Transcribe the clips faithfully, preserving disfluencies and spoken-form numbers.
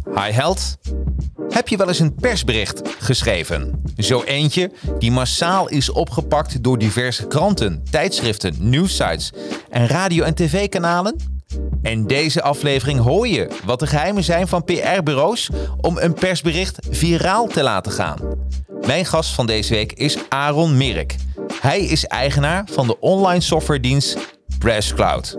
Hi held. Heb je wel eens een persbericht geschreven? Zo eentje die massaal is opgepakt door diverse kranten, tijdschriften, nieuwssites en radio- en tv-kanalen? In deze aflevering hoor je wat de geheimen zijn van P R-bureaus om een persbericht viraal te laten gaan. Mijn gast van deze week is Aaron Mirk. Hij is eigenaar van de online softwaredienst PressCloud.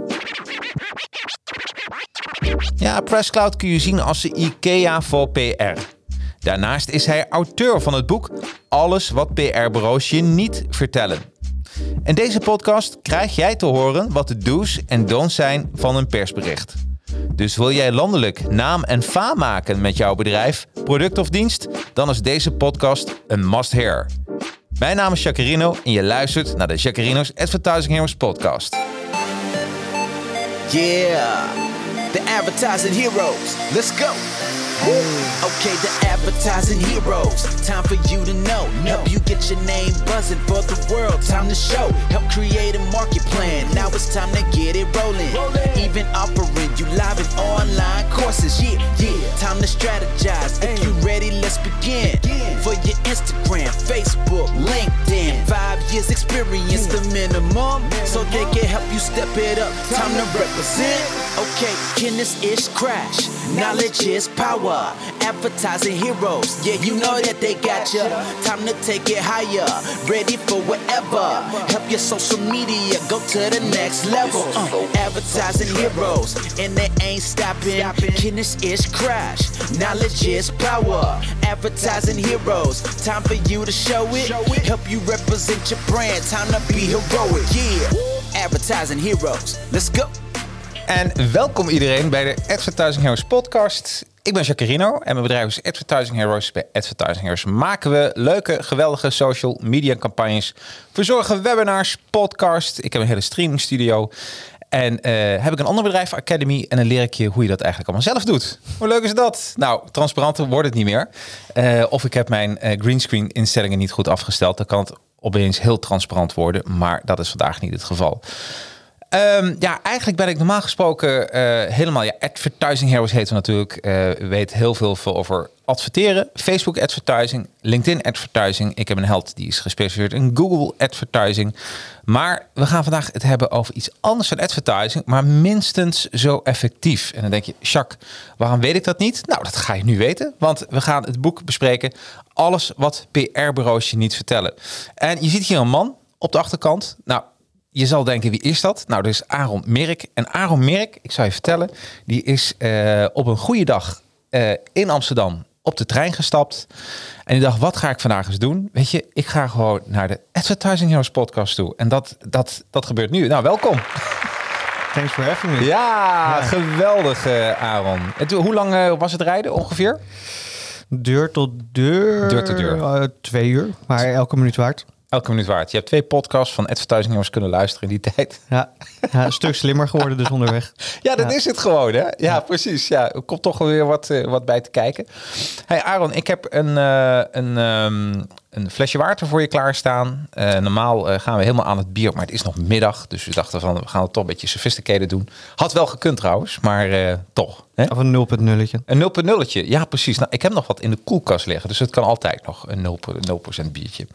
Ja, PressCloud kun je zien als de IKEA voor P R. Daarnaast is hij auteur van het boek Alles wat P R-bureaus je niet vertellen. In deze podcast krijg jij te horen wat de do's en don'ts zijn van een persbericht. Dus wil jij landelijk naam en faam maken met jouw bedrijf, product of dienst? Dan is deze podcast een must-hear. Mijn naam is Jacarino en je luistert naar de Jacarino's Advertising Heroes podcast. Yeah, the advertising heroes. Let's go. Okay, the advertising heroes. Time for you to know. Help you get your name buzzing for the world. Time to show. Help create a market plan. Now it's time to get it rolling. Even offering you live and online courses. Yeah, yeah. Time to strategize. If you ready, let's begin. For your Instagram, Facebook, LinkedIn. Five years experience, the minimum. So they can help you step it up. Time to represent. Okay, Guinness is crash. Knowledge is power. Advertising heroes, yeah, you know that they got ya. Time to take it higher, ready for whatever. Help your social media go to the next level. Uh, advertising heroes, and they ain't stopping. Guinness is crash, knowledge is power. Advertising heroes, time for you to show it. Help you represent your brand, time to be heroic, yeah. Advertising heroes, let's go. En welkom iedereen bij de Advertising Heroes podcast. Ik ben Jacarino en mijn bedrijf is Advertising Heroes. Bij Advertising Heroes maken we leuke, geweldige social media campagnes. Verzorgen webinars, podcasts. Ik heb een hele streaming studio. En uh, heb ik een ander bedrijf, Academy. En dan leer ik je hoe je dat eigenlijk allemaal zelf doet. Hoe leuk is dat? Nou, transparanter wordt het niet meer. Uh, of ik heb mijn uh, greenscreen instellingen niet goed afgesteld. Dan kan het opeens heel transparant worden. Maar dat is vandaag niet het geval. Um, ja, eigenlijk ben ik normaal gesproken uh, helemaal... Ja, Advertising Heroes heet we natuurlijk. Uh, u weet heel veel, veel over adverteren. Facebook advertising, LinkedIn advertising. Ik heb een held die is gespecialiseerd in Google advertising. Maar we gaan vandaag het hebben over iets anders dan advertising, maar minstens zo effectief. En dan denk je, Jacques, waarom weet ik dat niet? Nou, dat ga je nu weten, want we gaan het boek bespreken. Alles wat P R-bureaus je niet vertellen. En je ziet hier een man op de achterkant. Nou, je zal denken, wie is dat? Nou, dat is Aaron Mirk. En Aaron Mirk, ik zal je vertellen, die is uh, op een goede dag uh, in Amsterdam op de trein gestapt. En die dacht, wat ga ik vandaag eens doen? Weet je, ik ga gewoon naar de Advertising Heroes podcast toe. En dat, dat, dat gebeurt nu. Nou, welkom. Thanks for having me. Ja, ja. Geweldig, uh, Aaron. En toen, hoe lang uh, was het rijden ongeveer? Deur tot deur. Deur tot deur. Uh, twee uur, maar elke minuut waard. Elke minuut waard. Je hebt twee podcasts van Advertising Heroes kunnen luisteren in die tijd. Ja, ja, een stuk slimmer geworden dus onderweg. Ja, dat ja. is het gewoon, hè? Ja, ja. Precies. Ja, er komt toch weer wat, uh, wat bij te kijken. Hey Aaron, ik heb een, uh, een, um, een flesje water voor je klaarstaan. Uh, normaal uh, gaan we helemaal aan het bier, maar het is nog middag. Dus we dachten van, we gaan het toch een beetje sophisticated doen. Had wel gekund trouwens, maar uh, toch. Hè? Of een nul punt nulletje. Een nul punt nulletje, ja precies. Nou, ik heb nog wat in de koelkast liggen, dus het kan altijd nog een nul procent biertje.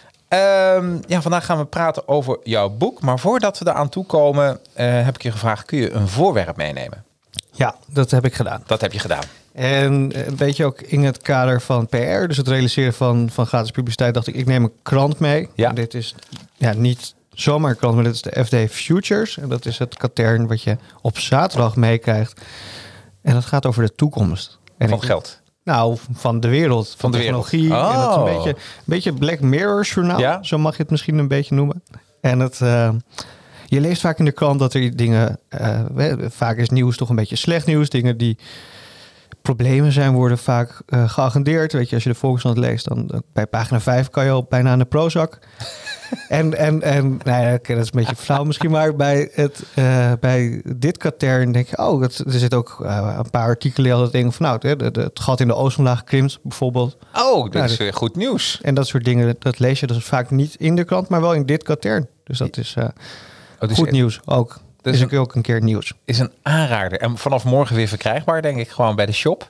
Um, ja, vandaag gaan we praten over jouw boek. Maar voordat we eraan toe komen, uh, heb ik je gevraagd, kun je een voorwerp meenemen? Ja, dat heb ik gedaan. Dat heb je gedaan. En een beetje ook in het kader van P R, dus het realiseren van, van gratis publiciteit, dacht ik, ik neem een krant mee. Ja. En dit is ja, niet zomaar een krant, maar dit is de F D Futures. En dat is het katern wat je op zaterdag meekrijgt. En dat gaat over de toekomst. En van ik, geld? Nou, van de wereld, van, van de technologie. Wereld. Oh. En dat is een beetje, een beetje Black Mirror journaal, ja? Zo mag je het misschien een beetje noemen. En het, uh, je leest vaak in de krant dat er dingen, uh, vaak is nieuws toch een beetje slecht nieuws. Dingen die problemen zijn, worden vaak uh, geagendeerd. Weet je, als je de Volkskrant leest, dan uh, bij pagina vijf kan je al bijna aan de Prozac. En, en, en nou ja, dat is een beetje flauw misschien, maar bij, het, uh, bij dit katern denk je, oh, het, er zit ook uh, een paar artikelen al dat dingen van, nou, het, het gat in de ozonlaag krimpt bijvoorbeeld. Oh, dat nou, is weer goed nieuws. En dat soort dingen, dat lees je dus vaak niet in de krant, maar wel in dit katern. Dus dat is uh, oh, dus goed nieuws ook. Dat is, is ook een keer nieuws. Is een aanrader. En vanaf morgen weer verkrijgbaar, denk ik, gewoon bij de shop.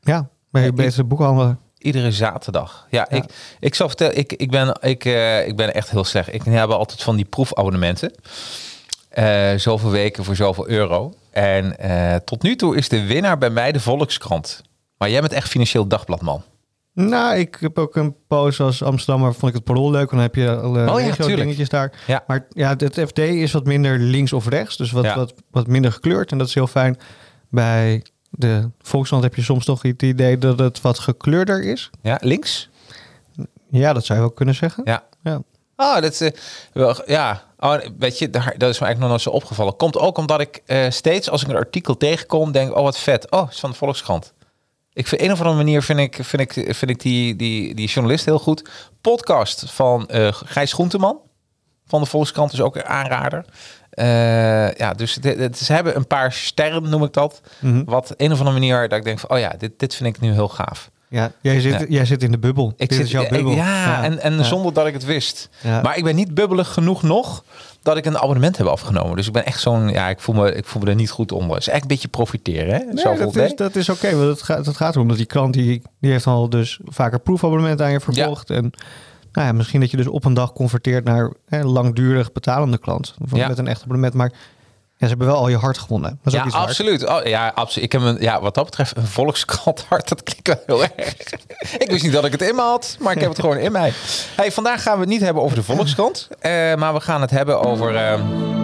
Ja, ben je Ja, betere boekhandel. Iedere zaterdag. Ja, Ja. Ik, ik zal vertellen, ik, ik, ben, ik, uh, ik ben echt heel slecht. Ik heb altijd van die proefabonnementen. Uh, zoveel weken voor zoveel euro. En uh, tot nu toe is de winnaar bij mij de Volkskrant. Maar jij bent echt Financieel Dagbladman. Nou, ik heb ook een post als Amsterdammer, vond ik het Parool leuk. Dan heb je al uh, oh, ja, dingetjes daar. Ja. Maar ja, het F D is wat minder links of rechts. Dus wat, ja. wat, wat minder gekleurd. En dat is heel fijn. Bij de Volkskrant heb je soms toch het idee dat het wat gekleurder is. Ja, links? Ja, dat zou je wel kunnen zeggen. Ja. Ja. Oh, dat uh, wel, ja. Oh, weet je, daar, dat is me eigenlijk nog nooit zo opgevallen. Komt ook omdat ik uh, steeds, als ik een artikel tegenkom, denk, oh wat vet. Oh, het is van de Volkskrant. Ik vind een of andere manier vind ik, vind ik, vind ik die, die, die journalist heel goed. Podcast van uh, Gijs Groenteman van de Volkskrant is ook een aanrader. Uh, ja, dus het, het, ze hebben een paar sterren, noem ik dat. Mm-hmm. Wat een of andere manier dat ik denk van, oh ja, dit, dit vind ik nu heel gaaf. Ja, jij zit, ja. jij zit in de bubbel. Ik Dit zit, is jouw bubbel. Ik, ja, ja, en, en ja. zonder dat ik het wist. Ja. Maar ik ben niet bubbelig genoeg nog dat ik een abonnement heb afgenomen. Dus ik ben echt zo'n, ja, ik voel me, ik voel me er niet goed onder. Het is echt een beetje profiteren, hè? Nee, Zo dat, is, dat is oké, okay, want het gaat, het gaat erom dat die klant, die, die heeft al dus vaker proefabonnement aan je verkocht. Ja. En nou ja, misschien dat je dus op een dag converteert naar een langdurig betalende klant. Ja. Met een echt abonnement, maar... Ja, ze hebben wel al je hart gewonnen. Dat is ja, ook iets absoluut. Oh, ja, absoluut. Ik heb een, ja, wat dat betreft een Volkskrant hart. Dat klinkt wel heel erg. Ik wist niet dat ik het in me had, maar ik heb het gewoon in mij. Hey, vandaag gaan we het niet hebben over de Volkskrant, uh, maar we gaan het hebben over uh,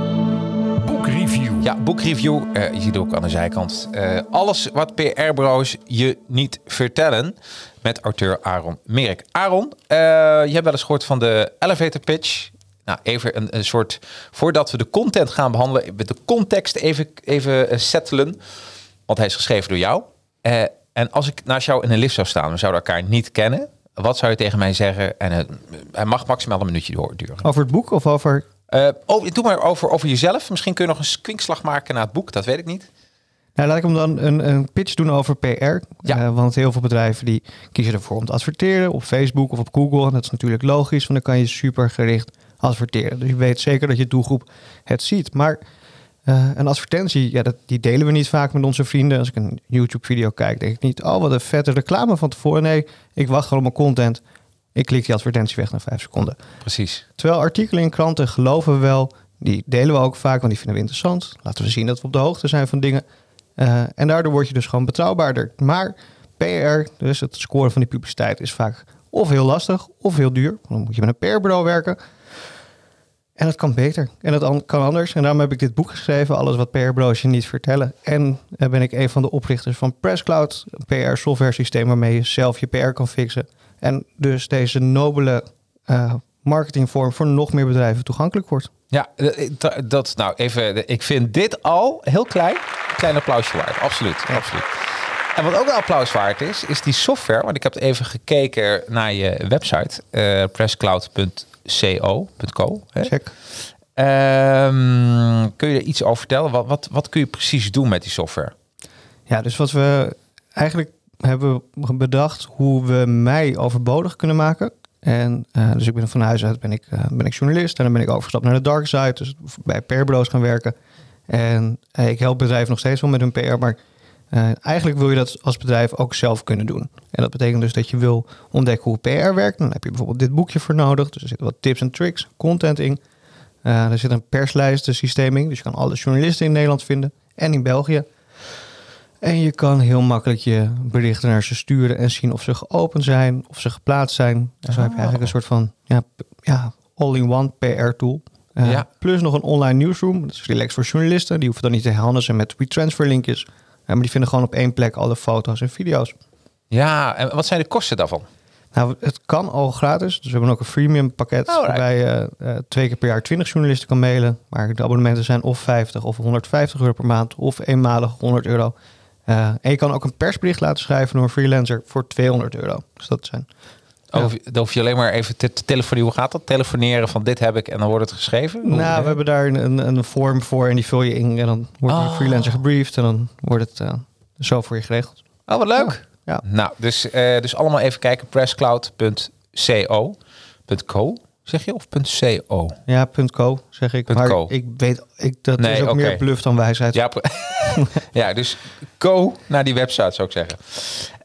boekreview. Ja, boekreview. Uh, je ziet ook aan de zijkant uh, alles wat P R-bureaus je niet vertellen. Met auteur Aaron Merk. Aaron, uh, je hebt wel eens gehoord van de elevator pitch. Nou, even een, een soort... Voordat we de content gaan behandelen... de context even, even uh, settelen. Want hij is geschreven door jou. Uh, en als ik naast jou in een lift zou staan... we zouden elkaar niet kennen... wat zou je tegen mij zeggen? En uh, hij mag maximaal een minuutje duren. Over het boek of over... Uh, oh, doe maar over, over jezelf. Misschien kun je nog een kwinkslag maken naar het boek. Dat weet ik niet. Nou, laat ik hem dan een, een pitch doen over P R. Ja. Uh, want heel veel bedrijven die kiezen ervoor om te adverteren... op Facebook of op Google. En dat is natuurlijk logisch... want dan kan je super gericht... adverteren. Dus je weet zeker dat je doelgroep het ziet. Maar uh, een advertentie, ja, dat, die delen we niet vaak met onze vrienden. Als ik een YouTube-video kijk, denk ik niet... oh, wat een vette reclame van tevoren. Nee, ik wacht gewoon op mijn content. Ik klik die advertentie weg na vijf seconden. Precies. Terwijl artikelen in kranten geloven we wel... die delen we ook vaak, want die vinden we interessant. Laten we zien dat we op de hoogte zijn van dingen. Uh, en daardoor word je dus gewoon betrouwbaarder. Maar P R, dus het scoren van die publiciteit... is vaak of heel lastig of heel duur. Dan moet je met een P R-bureau werken... En dat kan beter. En dat kan anders. En daarom heb ik dit boek geschreven. Alles wat P R-bureaus je niet vertellen. En uh, ben ik een van de oprichters van PressCloud. Een P R-software systeem waarmee je zelf je P R kan fixen. En dus deze nobele uh, marketingvorm voor nog meer bedrijven toegankelijk wordt. Ja, dat nou even. Ik vind dit al heel klein. Een klein applausje waard. Absoluut. Ja. Absoluut. En wat ook een applaus waard is, is die software. Want ik heb even gekeken naar je website. Uh, presscloud punt co punt co. Check. Um, kun je er iets over vertellen? Wat, wat, wat kun je precies doen met die software? Ja, dus wat we eigenlijk hebben bedacht... hoe we mij overbodig kunnen maken. En uh, dus ik ben van huis uit ben ik, uh, ben ik journalist. En dan ben ik overgestapt naar de dark side. Dus bij P R-bureaus gaan werken. En uh, ik help bedrijven nog steeds wel met hun P R. Maar uh, eigenlijk wil je dat als bedrijf ook zelf kunnen doen. En dat betekent dus dat je wil ontdekken hoe P R werkt. Dan heb je bijvoorbeeld dit boekje voor nodig. Dus er zitten wat tips en tricks, content in. Uh, er zit een perslijstensysteem in. Dus je kan alle journalisten in Nederland vinden. En in België. En je kan heel makkelijk je berichten naar ze sturen en zien of ze geopend zijn, of ze geplaatst zijn. En zo oh. heb je eigenlijk een soort van ja, ja, all-in-one P R-tool. Uh, ja. Plus nog een online newsroom. Dat is relaxed voor journalisten. Die hoeven dan niet te handelen met WeTransfer linkjes. Uh, maar die vinden gewoon op één plek alle foto's en video's. Ja, en wat zijn de kosten daarvan? Nou, het kan al gratis. Dus we hebben ook een freemium pakket oh, waarbij je uh, twee keer per jaar twintig journalisten kan mailen. Maar de abonnementen zijn of vijftig of honderdvijftig euro per maand of eenmalig honderd euro. Uh, en je kan ook een persbericht laten schrijven door een freelancer voor tweehonderd euro. Dus dat zijn... Ja. Of, dan hoef je alleen maar even te, te telefoneren. Hoe gaat dat? Telefoneren van dit heb ik en dan wordt het geschreven? Nou, Hoe, we hebben daar een, een vorm voor en die vul je in. En dan wordt oh. de freelancer gebriefd en dan wordt het uh, zo voor je geregeld. Oh, wat leuk. Ja. Ja. Nou, dus, uh, dus allemaal even kijken. presscloud punt co punt co zeg je? Of .co? Ja, .co zeg ik. Maar .co. ik weet, ik, dat nee, is ook okay. meer bluff dan wijsheid. Ja, ja, dus go naar die website zou ik zeggen.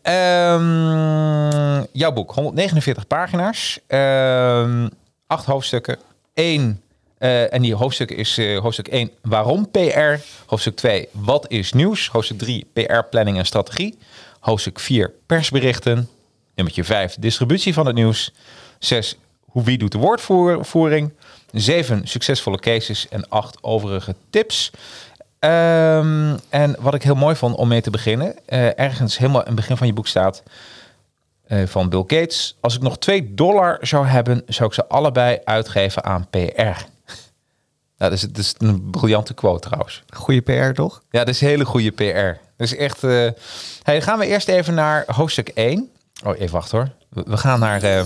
Um, jouw boek, honderdnegenenveertig pagina's. Um, acht hoofdstukken. Eén, uh, en die hoofdstuk is uh, hoofdstuk één, waarom P R? Hoofdstuk twee, wat is nieuws? Hoofdstuk drie, P R-planning en strategie. Hoofdstuk vier, persberichten. Nummertje vijf, distributie van het nieuws. zes, hoe wie doet de woordvoering. zeven, succesvolle cases. En acht, overige tips. Um, en wat ik heel mooi vond om mee te beginnen. Uh, ergens helemaal in het begin van je boek staat uh, van Bill Gates. Als ik nog twee dollar zou hebben, zou ik ze allebei uitgeven aan P R. Nou, dat, is, dat is een briljante quote trouwens. Goeie P R, toch? Ja, dat is hele goede P R. Dus echt... Uh... Hey, dan gaan we eerst even naar hoofdstuk één. Oh, even wachten hoor. We, we gaan naar uh...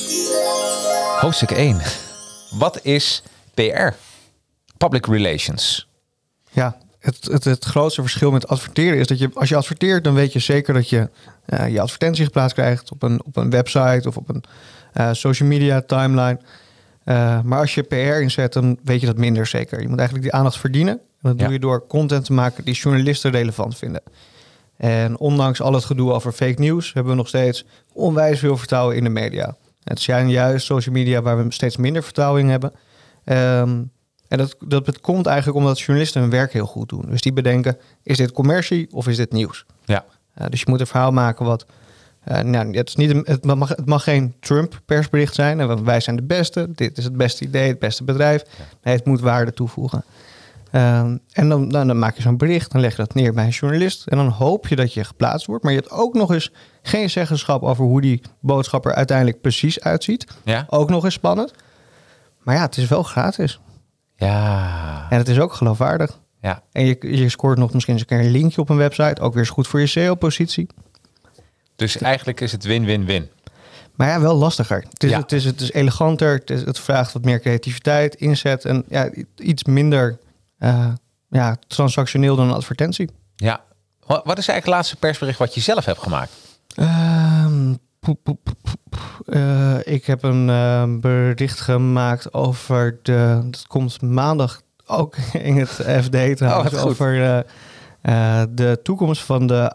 hoofdstuk één. Wat is P R? Public Relations. Ja, het, het, het grootste verschil met adverteren is dat je, als je adverteert, dan weet je zeker dat je uh, je advertentie geplaatst krijgt op een, op een website of op een uh, social media timeline. Uh, maar als je P R inzet, dan weet je dat minder zeker. Je moet eigenlijk die aandacht verdienen. En dat ja. doe je door content te maken die journalisten relevant vinden. En ondanks al het gedoe over fake news hebben we nog steeds onwijs veel vertrouwen in de media. Het zijn juist social media waar we steeds minder vertrouwen in hebben. Um, en dat, dat komt eigenlijk omdat journalisten hun werk heel goed doen. Dus die bedenken, is dit commercie of is dit nieuws? Ja. Uh, dus je moet een verhaal maken wat... Uh, nou, het, is niet een, het, mag, het mag geen Trump-persbericht zijn. Want wij zijn de beste. Dit is het beste idee, het beste bedrijf. Ja. Nee, het moet waarde toevoegen. Uh, en dan, dan, dan maak je zo'n bericht. Dan leg je dat neer bij een journalist. En dan hoop je dat je geplaatst wordt. Maar je hebt ook nog eens geen zeggenschap over hoe die boodschap er uiteindelijk precies uitziet. Ja. Ook nog eens spannend. Maar ja, het is wel gratis. Ja. En het is ook geloofwaardig. Ja. En je, je scoort nog misschien eens een keer een linkje op een website. Ook weer eens goed voor je S E O-positie. Dus eigenlijk is het win-win-win. Maar ja, wel lastiger. Het is, ja. het is, het is eleganter. Het, is, het vraagt wat meer creativiteit, inzet. En ja, iets minder uh, ja, transactioneel dan een advertentie. Ja. Wat is eigenlijk het laatste persbericht wat je zelf hebt gemaakt? Um, poep, poep, poep, poep. Uh, ik heb een uh, bericht gemaakt over de... Dat komt maandag ook in het F D trouwens. Oh, over uh, uh, de toekomst van de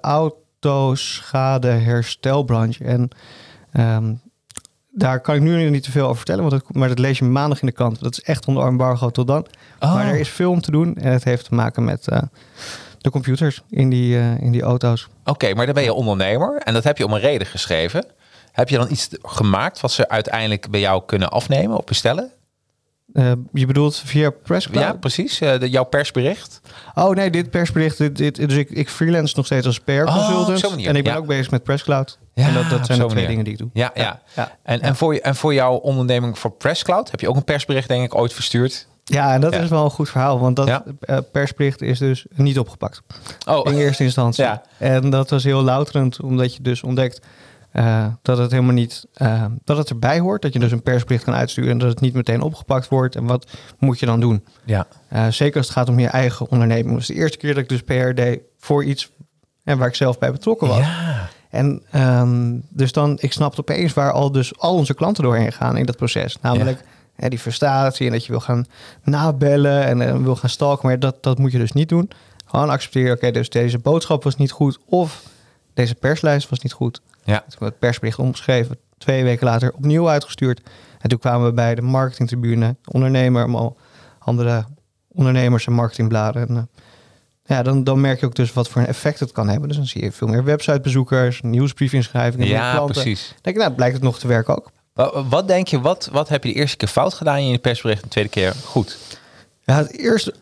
autoschadeherstelbranche. En um, daar kan ik nu niet te veel over vertellen. Want het, maar dat lees je maandag in de krant. Dat is echt onder embargo tot dan. Oh. Maar er is veel om te doen. En het heeft te maken met... Uh, de computers in die, uh, in die auto's. Oké, okay, maar dan ben je ondernemer en dat heb je om een reden geschreven. Heb je dan iets gemaakt wat ze uiteindelijk bij jou kunnen afnemen of bestellen? Uh, je bedoelt via Presscloud? Ja, precies. Uh, de, jouw persbericht. Oh nee, dit persbericht. Dit, dit, dus ik, ik freelance nog steeds als P R-consultant. Oh, en ik ben ja. ook bezig met Presscloud. Ja, en dat, dat zijn de twee manier. dingen die ik doe. Ja, ja. ja. ja. En, ja. en, voor je, en voor jouw onderneming voor Presscloud heb je ook een persbericht denk ik ooit verstuurd? Ja, en dat ja. is wel een goed verhaal. Want dat ja. uh, persbericht is dus niet opgepakt. Oh. In eerste instantie. Ja. En dat was heel louterend. Omdat je dus ontdekt uh, dat het helemaal niet... Uh, dat het erbij hoort. Dat je dus een persbericht kan uitsturen. En dat het niet meteen opgepakt wordt. En wat moet je dan doen? Ja. Uh, zeker als het gaat om je eigen onderneming. Dus de eerste keer dat ik dus P R deed voor iets... En waar ik zelf bij betrokken was. Ja. En um, dus dan... Ik snapte opeens waar al, dus al onze klanten doorheen gaan in dat proces. Namelijk... Ja. Ja, die frustratie en dat je wil gaan nabellen en uh, wil gaan stalken. Maar dat, dat moet je dus niet doen. Gewoon accepteren, oké, okay, dus deze boodschap was niet goed. Of deze perslijst was niet goed. Ja. Toen we het persbericht omgeschreven. Twee weken later opnieuw uitgestuurd. En toen kwamen we bij de marketingtribune. Ondernemer, allemaal andere ondernemers en marketingbladen. En, uh, ja, dan, dan merk je ook dus wat voor een effect het kan hebben. Dus dan zie je veel meer websitebezoekers, nieuwsbriefinschrijvingen. Ja, klanten. precies. Dan denk ik, nou, blijkt het nog te werken ook. Wat denk je, wat, wat heb je de eerste keer fout gedaan in je persbericht en de tweede keer goed? Ja, het eerste,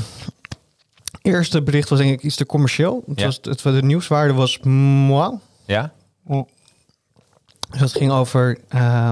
eerste bericht was denk ik iets te commercieel. Het ja. was, het, de nieuwswaarde was moi. Ja? Dus het ging over uh,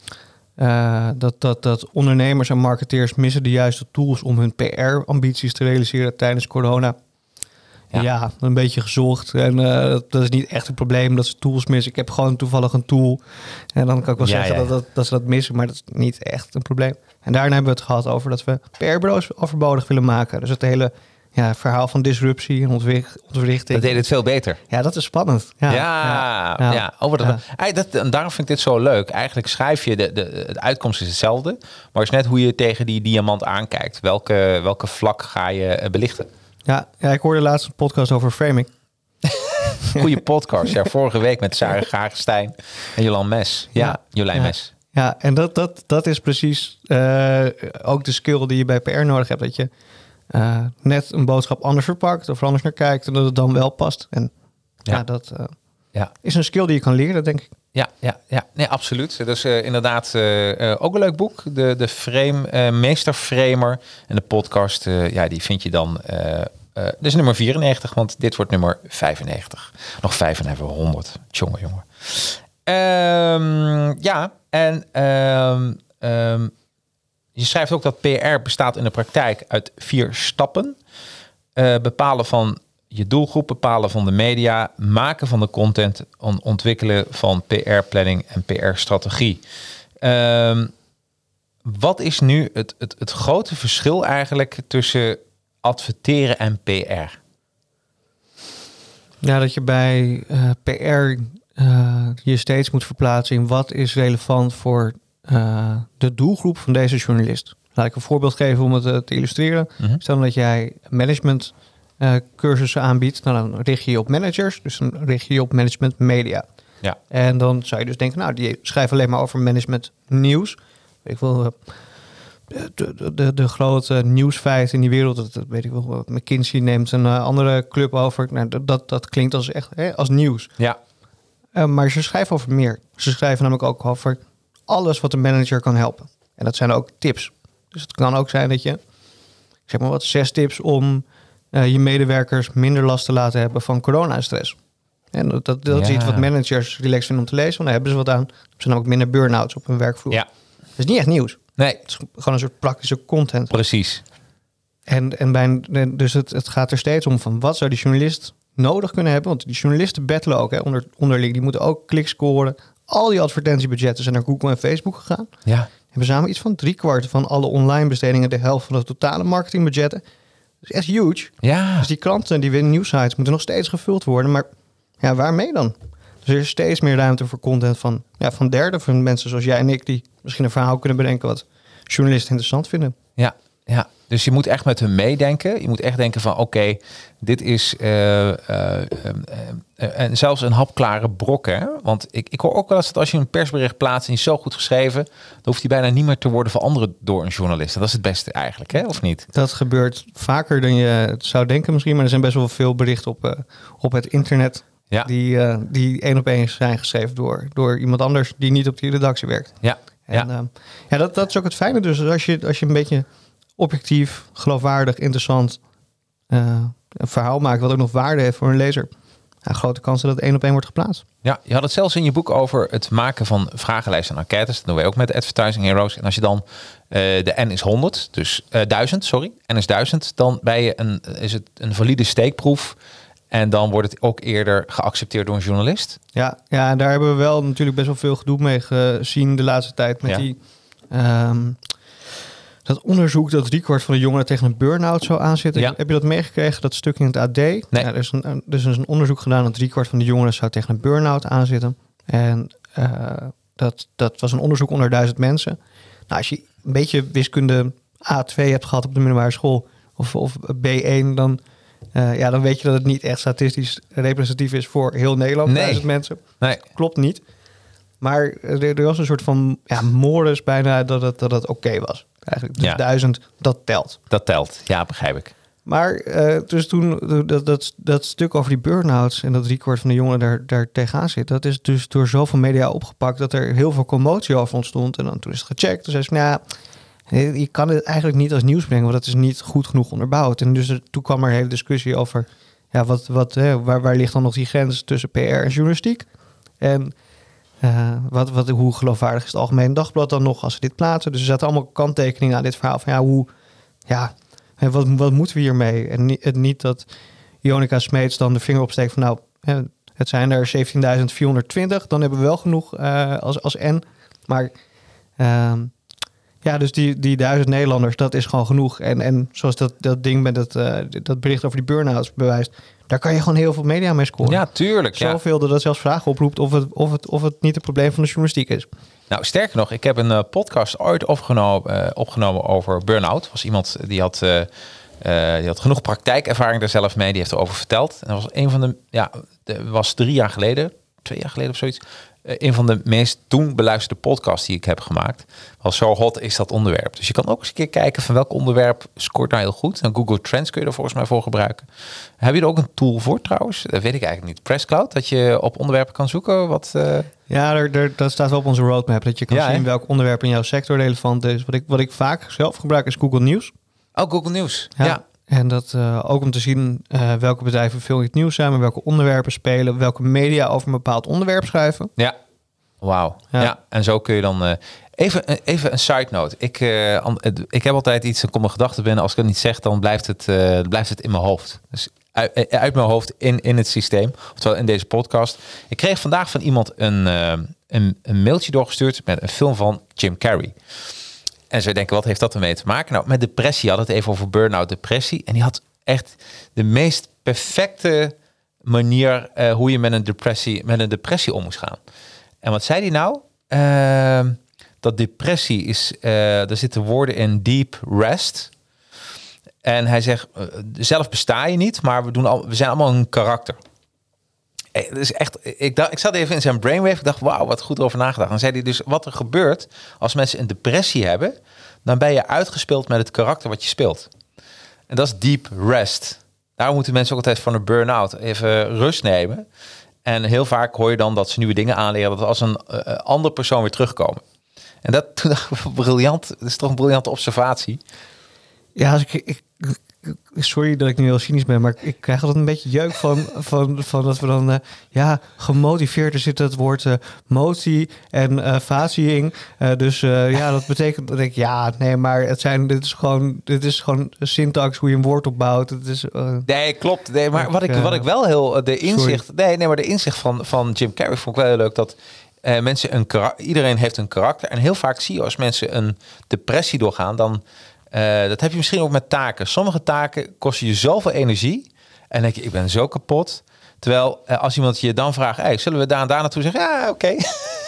uh, dat, dat, dat ondernemers en marketeers missen de juiste tools om hun P R-ambities te realiseren tijdens corona. Ja, ja een beetje gezocht. En uh, dat, dat is niet echt een probleem dat ze tools missen. Ik heb gewoon toevallig een tool. En dan kan ik wel ja, zeggen ja. Dat, dat, dat ze dat missen. Maar dat is niet echt een probleem. En daarna hebben we het gehad over dat we P R-bureaus overbodig willen maken. Dus het hele ja, verhaal van disruptie en ontwrichting. Dat deed het veel beter. Ja, dat is spannend. Ja, ja, ja. ja. ja. Over dat, ja. dat, en daarom vind ik dit zo leuk. Eigenlijk schrijf je, de, de, de uitkomst is hetzelfde. Maar het is net hoe je tegen die diamant aankijkt. Welke, welke vlak ga je belichten? Ja, ja, ik hoorde laatst een podcast over framing. Goede podcast. Ja, vorige week met Sarah Gagenstein en Jolan Mes. Ja, Ja. Jolijn Ja. Mes. Ja, en dat, dat, dat is precies uh, ook de skill die je bij P R nodig hebt. Dat je uh, net een boodschap anders verpakt of er anders naar kijkt en dat het dan wel past. En ja, Ja. dat uh, Ja. is een skill die je kan leren, denk ik. Ja, ja, ja, nee, absoluut. Dat is uh, inderdaad uh, uh, ook een leuk boek. De, de frame, uh, Meesterframer. En de podcast, uh, ja, die vind je dan... Uh, uh, dit is nummer vierennegentig, want dit wordt nummer vijfennegentig. Nog vijf en dan hebben we honderd. Tjonge, jongen. Um, ja, en um, um, je schrijft ook dat P R bestaat in de praktijk uit vier stappen. Uh, bepalen van je doelgroep, bepalen van de media, maken van de content, on- ontwikkelen van P R-planning en P R-strategie. Um, wat is nu het, het, het grote verschil eigenlijk tussen adverteren en P R? Ja, dat je bij uh, P R uh, je steeds moet verplaatsen in wat is relevant voor uh, de doelgroep van deze journalist. Laat ik een voorbeeld geven om het uh, te illustreren. Mm-hmm. Stel dat jij management uh, cursussen aanbiedt, nou, dan richt je je op managers, dus dan richt je je op management media. Ja. En dan zou je dus denken, nou, die schrijven alleen maar over management nieuws. Ik wil uh, de, de, de, de grote nieuwsfeiten in die wereld, dat, dat weet ik wel. McKinsey neemt een uh, andere club over. Nou, dat, dat, dat klinkt als echt hè, als nieuws. Ja. Uh, maar ze schrijven over meer. Ze schrijven namelijk ook over alles wat een manager kan helpen. En dat zijn ook tips. Dus het kan ook zijn dat je, zeg maar wat, zes tips om uh, je medewerkers minder last te laten hebben van coronastress. En dat, dat, dat is Ja. iets wat managers relaxed vinden om te lezen. Want daar hebben ze wat aan. Ze hebben namelijk minder burn-outs op hun werkvloer. Ja. Dat is niet echt nieuws. Nee, Het is gewoon een soort praktische content. precies. En, en bij, een- dus het, het gaat er steeds om van wat zou die journalist nodig kunnen hebben. Want die journalisten battelen ook hè, onder, onderling. Die moeten ook kliks scoren. Al die advertentiebudgetten zijn naar Google en Facebook gegaan. Ja. Hebben samen iets van driekwart van alle online bestedingen, de helft van de totale marketingbudgetten. Dat is echt huge. Ja. Dus die klanten die winnen nieuwsites moeten nog steeds gevuld worden. Maar ja, waarmee dan? Dus er is steeds meer ruimte voor content van, ja, van derden. Van mensen zoals jij en ik die misschien een verhaal kunnen bedenken wat journalisten interessant vinden. Ja, ja, dus je moet echt met hun meedenken. Je moet echt denken van oké, okay, dit is uh, uh, uh, uh, en zelfs een hapklare brok. Hè? Want ik, ik hoor ook wel eens dat als je een persbericht plaatst en die is zo goed geschreven, dan hoeft die bijna niet meer te worden veranderd door een journalist. En dat is het beste eigenlijk, hè? Of niet? Dat gebeurt vaker dan je het zou denken misschien. Maar er zijn best wel veel berichten op, uh, op het internet Ja. die, uh, die één op één zijn geschreven door, door iemand anders die niet op die redactie werkt. Ja, En, ja. ja. ja, dat, dat is ook het fijne. Dus als je, als je een beetje objectief, geloofwaardig, interessant uh, een verhaal maakt wat ook nog waarde heeft voor een lezer, ja, grote kans dat het één op één wordt geplaatst. Ja, je had het zelfs in je boek over het maken van vragenlijsten en enquêtes. Dat doen wij ook met de Advertising Heroes. En als je dan uh, de N is honderd, dus uh, duizend, sorry, N is duizend, dan ben je een, is het een valide steekproef. En dan wordt het ook eerder geaccepteerd door een journalist. Ja, ja, en daar hebben we wel natuurlijk best wel veel gedoe mee gezien de laatste tijd met Ja. die um, dat onderzoek dat driekwart van de jongeren tegen een burn-out zou aanzitten. Ja. Heb je dat meegekregen, dat stuk in het A D? Nee. Ja, er, is een, er is een onderzoek gedaan dat driekwart van de jongeren zou tegen een burn-out aanzitten. En uh, dat, dat was een onderzoek onder duizend mensen. Nou, als je een beetje wiskunde A twee hebt gehad op de middelbare school of, of B één, dan, uh, ja, dan weet je dat het niet echt statistisch representatief is voor heel Nederland, Nee. duizend mensen. Nee. Klopt niet. Maar er, er was een soort van ja, modus bijna dat het, dat het oké was. Eigenlijk. Dus Ja. duizend, dat telt. Dat telt, ja, begrijp ik. Maar uh, dus toen dat, dat, dat stuk over die burn-outs en dat driekwart van de jongeren daar, daar tegenaan zit, dat is dus door zoveel media opgepakt dat er heel veel commotie over ontstond. En dan toen is het gecheckt. Toen zei ze, nou, je kan het eigenlijk niet als nieuws brengen, want dat is niet goed genoeg onderbouwd. En dus er, toen kwam er een hele discussie over, ja, wat, wat, hè, waar, waar ligt dan nog die grens tussen P R en journalistiek? En Uh, wat, wat, hoe geloofwaardig is het Algemeen Dagblad dan nog als ze dit plaatsen? Dus er zaten allemaal kanttekeningen aan dit verhaal van ja, hoe, ja, wat, wat moeten we hiermee? En niet, het niet dat Jonica Smeets dan de vinger opsteekt van nou, hè, het zijn er zeventienduizend vierhonderdtwintig, dan hebben we wel genoeg uh, als, als N. Maar uh, ja, dus die, die duizend Nederlanders, dat is gewoon genoeg. En, en zoals dat, dat ding met dat, uh, dat bericht over die burn-outs bewijst, daar kan je gewoon heel veel media mee scoren. Ja, tuurlijk. Ja. Zoveel dat dat zelfs vragen oproept of het, of, het, of het niet een probleem van de journalistiek is. Nou, sterker nog, ik heb een uh, podcast ooit opgenomen, uh, opgenomen over burn-out. Er was iemand die had uh, Uh, die had genoeg praktijkervaring daar zelf mee. Die heeft erover verteld. En dat was een van de, ja, de, was drie jaar geleden, twee jaar geleden of zoiets. Uh, een van de meest toen beluisterde podcasts die ik heb gemaakt. Al zo hot is dat onderwerp. Dus je kan ook eens een keer kijken van welk onderwerp scoort nou heel goed. En Google Trends kun je er volgens mij voor gebruiken. Heb je er ook een tool voor trouwens? Dat weet ik eigenlijk niet. Presscloud, dat je op onderwerpen kan zoeken. Wat, uh... Ja, er, er, dat staat wel op onze roadmap. Dat je kan ja, zien hè? welk onderwerp in jouw sector relevant is. Wat ik, wat ik vaak zelf gebruik is Google News. Oh, Google News. Ja. ja. En dat uh, ook om te zien uh, welke bedrijven veel in het nieuws zijn, maar welke onderwerpen spelen, welke media over een bepaald onderwerp schrijven. Ja, wauw. Ja. ja, en zo kun je dan... Uh, even, even een side note. Ik, uh, ik heb altijd iets, dan komt mijn gedachten binnen. Als ik het niet zeg, dan blijft het, uh, blijft het in mijn hoofd. Dus uit, uit mijn hoofd in, in het systeem. Oftewel in deze podcast. Ik kreeg vandaag van iemand een, uh, een, een mailtje doorgestuurd met een film van Jim Carrey. En ze denken, wat heeft dat ermee te maken? Nou, met depressie had het even over burn-out, depressie. En die had echt de meest perfecte manier uh, hoe je met een depressie, met een depressie om moest gaan. En wat zei hij nou? Uh, dat depressie is, uh, daar zitten woorden in deep rest. En hij zegt, uh, zelf besta je niet, maar we, doen al, we zijn allemaal een karakter. Het is echt, ik, dacht, ik zat even in zijn brainwave. Ik dacht, wauw, wat goed over nagedacht. Dan zei hij dus, wat er gebeurt als mensen een depressie hebben, dan ben je uitgespeeld met het karakter wat je speelt. En dat is deep rest. Daarom moeten mensen ook altijd van een burn-out even rust nemen. En heel vaak hoor je dan dat ze nieuwe dingen aanleren, dat als een uh, andere persoon weer terugkomen. En dat, toen dacht ik, briljant. Dat is toch een briljante observatie. Ja, als ik, ik, sorry dat ik nu heel cynisch ben, maar ik krijg altijd een beetje jeuk van, van, van dat we dan, uh, ja, gemotiveerd, er zit het woord uh, motie en uh, fatieing. Uh, dus uh, ja, dat betekent dat ik, ja, nee, maar het zijn, dit is gewoon, dit is gewoon syntax, hoe je een woord opbouwt. Het is, uh, nee, klopt. Nee, maar wat ik, wat ik wel heel, de inzicht, sorry. nee, nee, maar de inzicht van, van Jim Carrey vond ik wel heel leuk, dat uh, mensen een karakter, iedereen heeft een karakter. En heel vaak zie je als mensen een depressie doorgaan, dan Uh, dat heb je misschien ook met taken. Sommige taken kosten je zoveel energie. En dan denk je, ik ben zo kapot. Terwijl uh, als iemand je dan vraagt, hey, zullen we daar en daar naartoe zeggen? Ja, oké. Okay.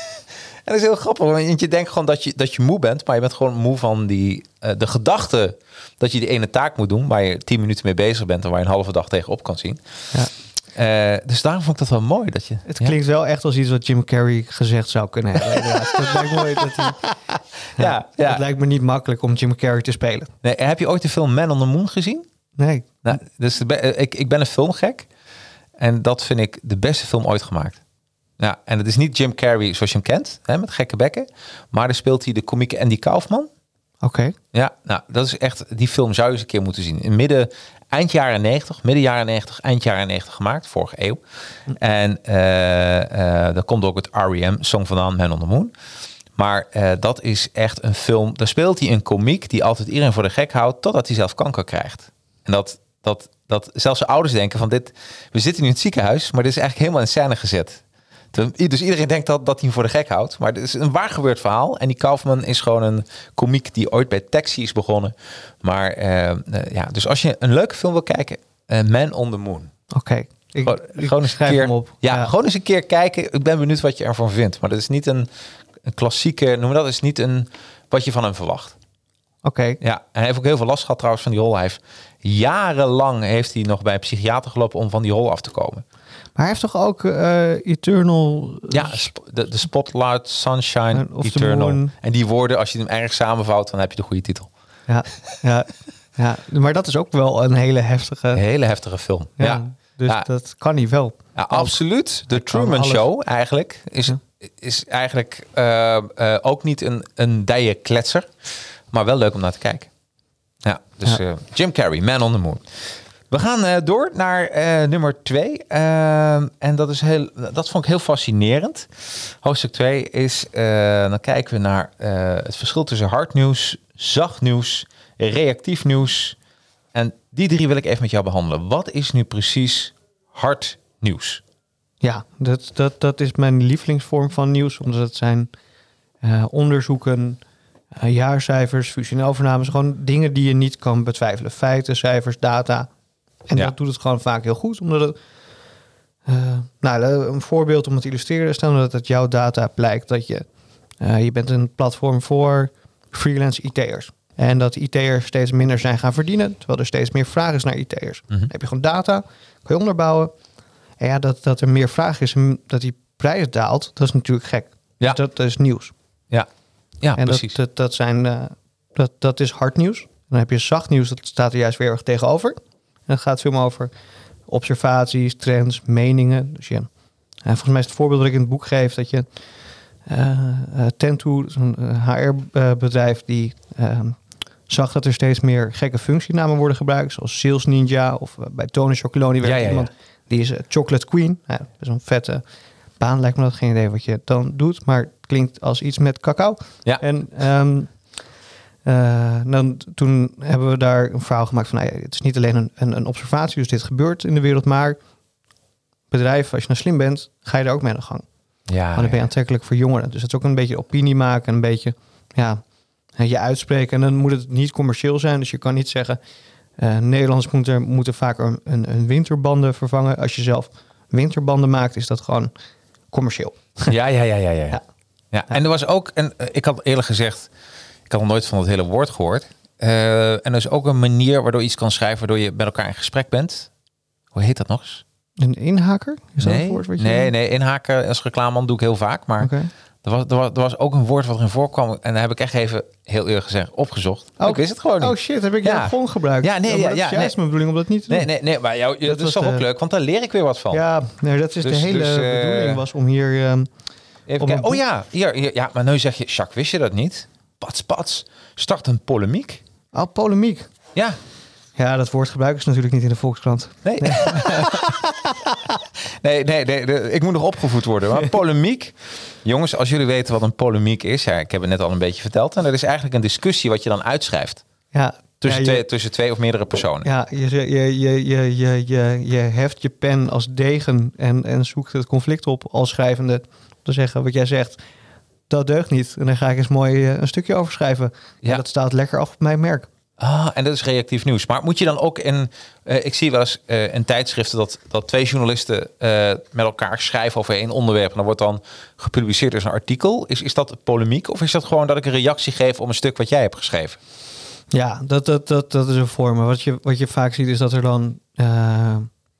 En dat is heel grappig. Want je denkt gewoon dat je, dat je moe bent. Maar je bent gewoon moe van die, uh, de gedachte dat je die ene taak moet doen. Waar je tien minuten mee bezig bent. En waar je een halve dag tegenop kan zien. Ja. Uh, dus daarom vond ik dat wel mooi. Dat je, het klinkt ja. wel echt als iets wat Jim Carrey gezegd zou kunnen hebben. Ja, dat lijkt mooi dat hij, ja, ja, ja. Het lijkt me niet makkelijk om Jim Carrey te spelen. Nee, heb je ooit de film Man on the Moon gezien? Nee. Nou, dus de, ik, ik ben een filmgek. En dat vind ik de beste film ooit gemaakt. Ja, en het is niet Jim Carrey zoals je hem kent. Hè, met gekke bekken. Maar dan speelt hij de komieke Andy Kaufman. Oké. Okay. Ja, nou, dat is echt, die film zou je eens een keer moeten zien. In midden, eind jaren negentig, midden jaren negentig, eind jaren negentig gemaakt, vorige eeuw. En uh, uh, daar komt ook het R E M-song vandaan, Man on the Moon. Maar uh, dat is echt een film, daar speelt hij een komiek die altijd iedereen voor de gek houdt, totdat hij zelf kanker krijgt. En dat, dat, dat zelfs zijn ouders denken van dit, we zitten nu in het ziekenhuis, maar dit is eigenlijk helemaal in scène gezet. Dus iedereen denkt dat, dat hij hem voor de gek houdt. Maar het is een waar gebeurd verhaal. En die Kaufman is gewoon een komiek die ooit bij Taxi is begonnen. Maar uh, uh, ja, dus als je een leuke film wil kijken, uh, Man on the Moon. Oké. Okay. Ik, gewoon, ik gewoon eens een keer hem op. Ja, ja, gewoon eens een keer kijken. Ik ben benieuwd wat je ervan vindt. Maar dat is niet een, een klassieke, noem dat, is niet een wat je van hem verwacht. Oké. Okay. Ja, en hij heeft ook heel veel last gehad trouwens van die rol. Hij heeft jarenlang heeft hij nog bij een psychiater gelopen om van die rol af te komen. Maar hij heeft toch ook uh, Eternal... Ja, de, de Spotlight, Sunshine, of Eternal. En die woorden, als je hem erg samenvouwt, dan heb je de goede titel. Ja, ja, ja, maar dat is ook wel een hele heftige... Een hele heftige film, ja. ja. Dus ja. dat kan hij wel. Ja, absoluut. De Truman Show eigenlijk is, ja. is eigenlijk uh, uh, ook niet een, een dije kletser, maar wel leuk om naar te kijken. Ja, dus ja. Uh, Jim Carrey, Man on the Moon. We gaan uh, door naar uh, nummer twee. Uh, en dat, is heel, dat vond ik heel fascinerend. Hoofdstuk twee is, uh, dan kijken we naar uh, het verschil tussen hard nieuws, zacht nieuws, reactief nieuws. En die drie wil ik even met jou behandelen. Wat is nu precies hard nieuws? Ja, dat, dat, dat is mijn lievelingsvorm van nieuws. Omdat het zijn uh, onderzoeken, uh, jaarcijfers, fusie-overnames. Gewoon dingen die je niet kan betwijfelen. Feiten, cijfers, data. En ja. dat doet het gewoon vaak heel goed. Omdat het, uh, nou, een voorbeeld om het te illustreren. Stel dat het jouw data blijkt dat je... Uh, je bent een platform voor freelance I T'ers. En dat I T'ers steeds minder zijn gaan verdienen. Terwijl er steeds meer vraag is naar I T'ers. Mm-hmm. Dan heb je gewoon data, kan je onderbouwen. En ja, dat, dat er meer vraag is en dat die prijs daalt, dat is natuurlijk gek. Ja. Dus dat, dat is nieuws. Ja, ja en precies. Dat, dat, dat, zijn, uh, dat, dat is hard nieuws. Dan heb je zacht nieuws, dat staat er juist weer erg tegenover. En dat gaat veel meer over observaties, trends, meningen. Dus ja, en volgens mij is het voorbeeld dat ik in het boek geef dat je uh, uh, Tento, zo'n uh, H R-bedrijf, die uh, zag dat er steeds meer gekke functienamen worden gebruikt, zoals Sales Ninja of uh, bij Tony Chocolonely werkt Ja, ja, ja. iemand die is uh, Chocolate Queen. Ja, dat is een vette baan, lijkt me dat, geen idee wat je dan doet, maar het klinkt als iets met cacao. Ja. En um, Uh, dan, toen hebben we daar een verhaal gemaakt van, nou ja, het is niet alleen een, een, een observatie, dus dit gebeurt in de wereld, maar bedrijf, als je nou slim bent, ga je er ook mee aan de gang. Ja, Maar dan ben je ja. aantrekkelijk voor jongeren. Dus het is ook een beetje opinie maken, een beetje ja, je uitspreken. En dan moet het niet commercieel zijn, dus je kan niet zeggen, uh, Nederlanders moeten, moeten vaker een, een winterbanden vervangen. Als je zelf winterbanden maakt, is dat gewoon commercieel. Ja, ja, ja, ja, ja. ja. Ja. ja. En er was ook, en uh, ik had eerlijk gezegd, ik had nog nooit van het hele woord gehoord. Uh, en er is ook een manier waardoor je iets kan schrijven, waardoor je met elkaar in gesprek bent. Hoe heet dat nog eens? Een inhaker? Is dat nee, een woord wat je... nee, nee, inhaken als reclameman doe ik heel vaak. Maar Okay. er, was, er, was, er was ook een woord wat erin voorkwam. En daar heb ik echt even, heel eerlijk gezegd, opgezocht. Oh, ik wist het gewoon niet. Oh shit, heb ik Ja. jou gewoon gebruikt? Ja, nee, maar ja, dat ja, is juist nee. mijn bedoeling om dat niet te doen. Nee, nee, nee, maar jou, dat, Dat is was toch ook de- leuk, want daar leer ik weer wat van. Ja, nee, dat is Dus- de hele dus, uh, bedoeling was om hier... Um, Even Om kijken. een Oh boek- ja, hier, hier, ja, maar nu zeg je, Jacques, wist je dat niet? Pats, pats, start een polemiek. oh, polemiek. Ja, Ja, dat woord gebruiken ze natuurlijk niet in de Volkskrant. nee. Nee, nee, nee, nee, ik moet nog opgevoed worden. Maar polemiek, jongens, als jullie weten wat een polemiek is, ja, ik heb het net al een beetje verteld. En dat is eigenlijk een discussie wat je dan uitschrijft Ja, tussen, ja, je, twee, tussen twee of meerdere personen. Ja, je, je, je, je, je, je, je, je heft je pen als degen en, en zoekt het conflict op als schrijvende. Te zeggen wat jij zegt, dat deugt niet. En dan ga ik eens mooi uh, een stukje over schrijven. Ja. Ja, dat staat lekker af op mijn merk. Ah, en dat is reactief nieuws. Maar moet je dan ook in... Uh, ik zie wel eens uh, in tijdschriften dat, dat twee journalisten uh, met elkaar schrijven over één onderwerp. En dat wordt dan gepubliceerd als een artikel. Is, is dat polemiek of is dat gewoon dat ik een reactie geef op een stuk wat jij hebt geschreven? Ja, dat, dat, dat, dat is een vorm. Maar wat je, wat je vaak ziet is dat er dan... Uh,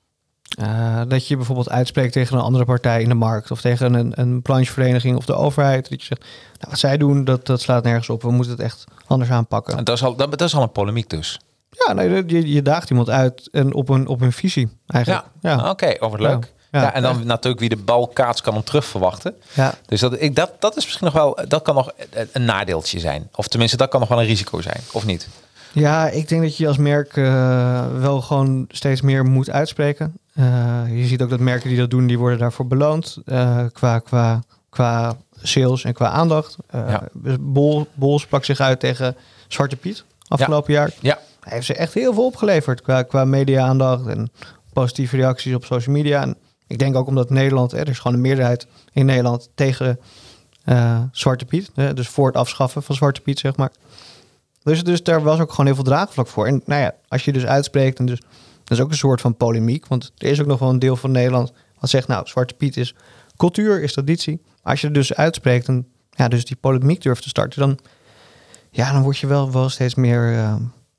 uh, dat je bijvoorbeeld uitspreekt tegen een andere partij in de markt. Of tegen een, een branchevereniging of de overheid. Dat je zegt, nou, wat zij doen, dat, dat slaat nergens op. We moeten het echt anders aanpakken. En dat is al, dat, dat is al een polemiek dus. Ja, nee, je, je daagt iemand uit en op een, op een visie eigenlijk. Ja, Ja, oké, over het leuk. Ja, Ja. ja, en dan ja. natuurlijk wie de bal kaats kan hem terug verwachten. ja. Dus dat, ik, dat, dat is misschien nog wel, dat kan nog een nadeeltje zijn. Of tenminste, dat kan nog wel een risico zijn, of niet? ja, ik denk dat je als merk uh, wel gewoon steeds meer moet uitspreken. Uh, je ziet ook dat merken die dat doen, die worden daarvoor beloond. Uh, qua, qua, qua sales en qua aandacht. Uh, Ja. Bol, Bol sprak zich uit tegen Zwarte Piet afgelopen jaar. Ja, Hij heeft ze echt heel veel opgeleverd qua, qua media-aandacht en positieve reacties op social media. En ik denk ook omdat Nederland, hè, er is gewoon een meerderheid in Nederland tegen uh, Zwarte Piet. Hè, dus voor het afschaffen van Zwarte Piet, zeg maar. Dus, dus daar was ook gewoon heel veel draagvlak voor. En nou ja, als je dus uitspreekt, en dus, dat is ook een soort van polemiek. Want er is ook nog wel een deel van Nederland wat zegt, nou, Zwarte Piet is cultuur, is traditie. Als je er dus uitspreekt en ja, dus die polemiek durft te starten, dan, ja, dan word je wel, wel steeds meer uh,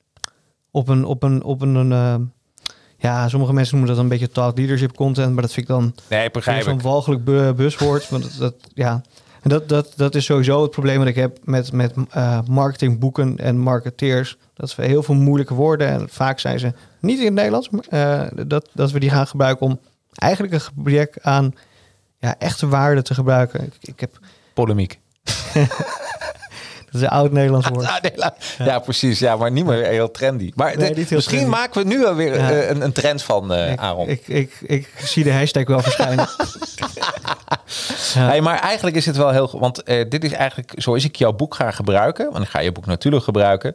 op een, op een, op een uh, ja, sommige mensen noemen dat een beetje thought leadership content, maar dat vind ik dan nee, begrijp zo'n ik. walgelijk bu- buswoord. Want dat, dat, ja, en dat, dat, dat is sowieso het probleem dat ik heb met, met uh, marketingboeken en marketeers. Dat we heel veel moeilijke woorden, en vaak zijn ze niet in het Nederlands, uh, dat, dat we die gaan gebruiken om eigenlijk een gebrek aan ja, echte waarde te gebruiken. Ik, ik heb... Polemiek. Dat is een oud Nederlands woord. Ja, nee, la- ja, precies. Ja, maar niet meer heel trendy. Maar Nee, de- niet heel misschien trendy. maken we nu wel weer Ja. uh, een, een trend van uh, ik, Aaron. ik, ik, ik zie de hashtag wel verschijnen. Ja. Hey, maar eigenlijk is het wel heel... Want uh, dit is eigenlijk... Zoals ik jouw boek ga gebruiken... Want ik ga je boek natuurlijk gebruiken.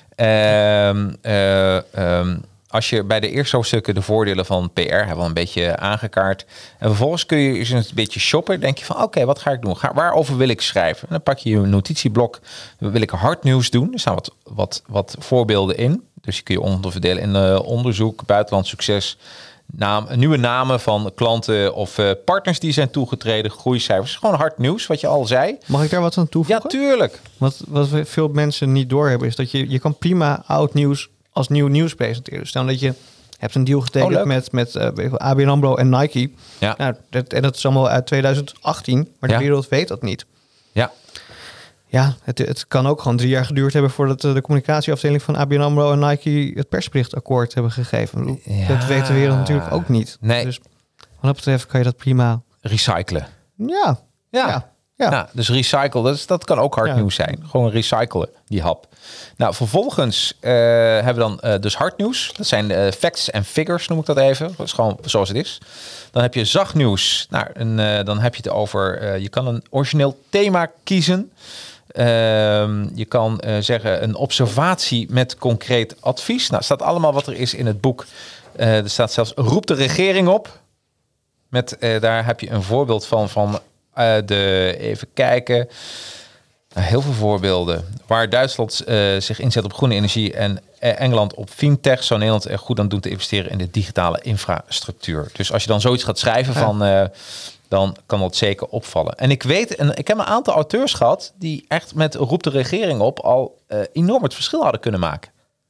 Um, uh, um, als je bij de eerste hoofdstukken de voordelen van P R hebben we een beetje aangekaart. En vervolgens kun je eens een beetje shoppen. Denk je van, oké, okay, wat ga ik doen? Ga, waarover wil ik schrijven? En dan pak je je notitieblok. Wil ik hard nieuws doen? Er staan wat, wat, wat voorbeelden in. Dus je kun je onderverdelen in uh, onderzoek, buitenland succes, naam, nieuwe namen van klanten of uh, partners die zijn toegetreden, groeicijfers. Gewoon hard nieuws, wat je al zei. Mag ik daar wat aan toevoegen? Ja, tuurlijk. Wat, wat veel mensen niet doorhebben is dat je, je kan prima oud nieuws als nieuw nieuws presenteren. Stel dat je hebt een deal getekend oh, met, met uh, A B N AMRO en Nike. Ja. Nou, dat, en dat is allemaal uit twintig achttien, maar de ja. wereld weet dat niet. Ja. Ja, het, het kan ook gewoon drie jaar geduurd hebben voordat de communicatieafdeling van A B N AMRO en Nike het persberichtakkoord hebben gegeven. Ja. Dat weet de wereld natuurlijk ook niet. Nee. Dus wat dat betreft kan je dat prima recyclen. Ja. Ja. ja. ja. Nou, dus recycle, dat, is, dat kan ook hard ja. nieuws zijn. Gewoon recyclen, die hap. Nou, vervolgens uh, hebben we dan uh, dus hard nieuws. Dat zijn uh, facts en figures, noem ik dat even. Dat is gewoon zoals het is. Dan heb je zacht nieuws. Nou, en, uh, dan heb je het over... Uh, je kan een origineel thema kiezen. Uh, je kan uh, zeggen een observatie met concreet advies. Nou, staat allemaal wat er is in het boek. Uh, er staat zelfs roep de regering op. Met, uh, daar heb je een voorbeeld van... van uh, de, even kijken... Heel veel voorbeelden. Waar Duitsland uh, zich inzet op groene energie en Engeland op fintech, zou Nederland er goed aan doen te investeren in de digitale infrastructuur. Dus als je dan zoiets gaat schrijven ja. van, uh, dan kan dat zeker opvallen. En ik weet, en ik heb een aantal auteurs gehad die echt met roep de regering op al uh, enorm het verschil hadden kunnen maken.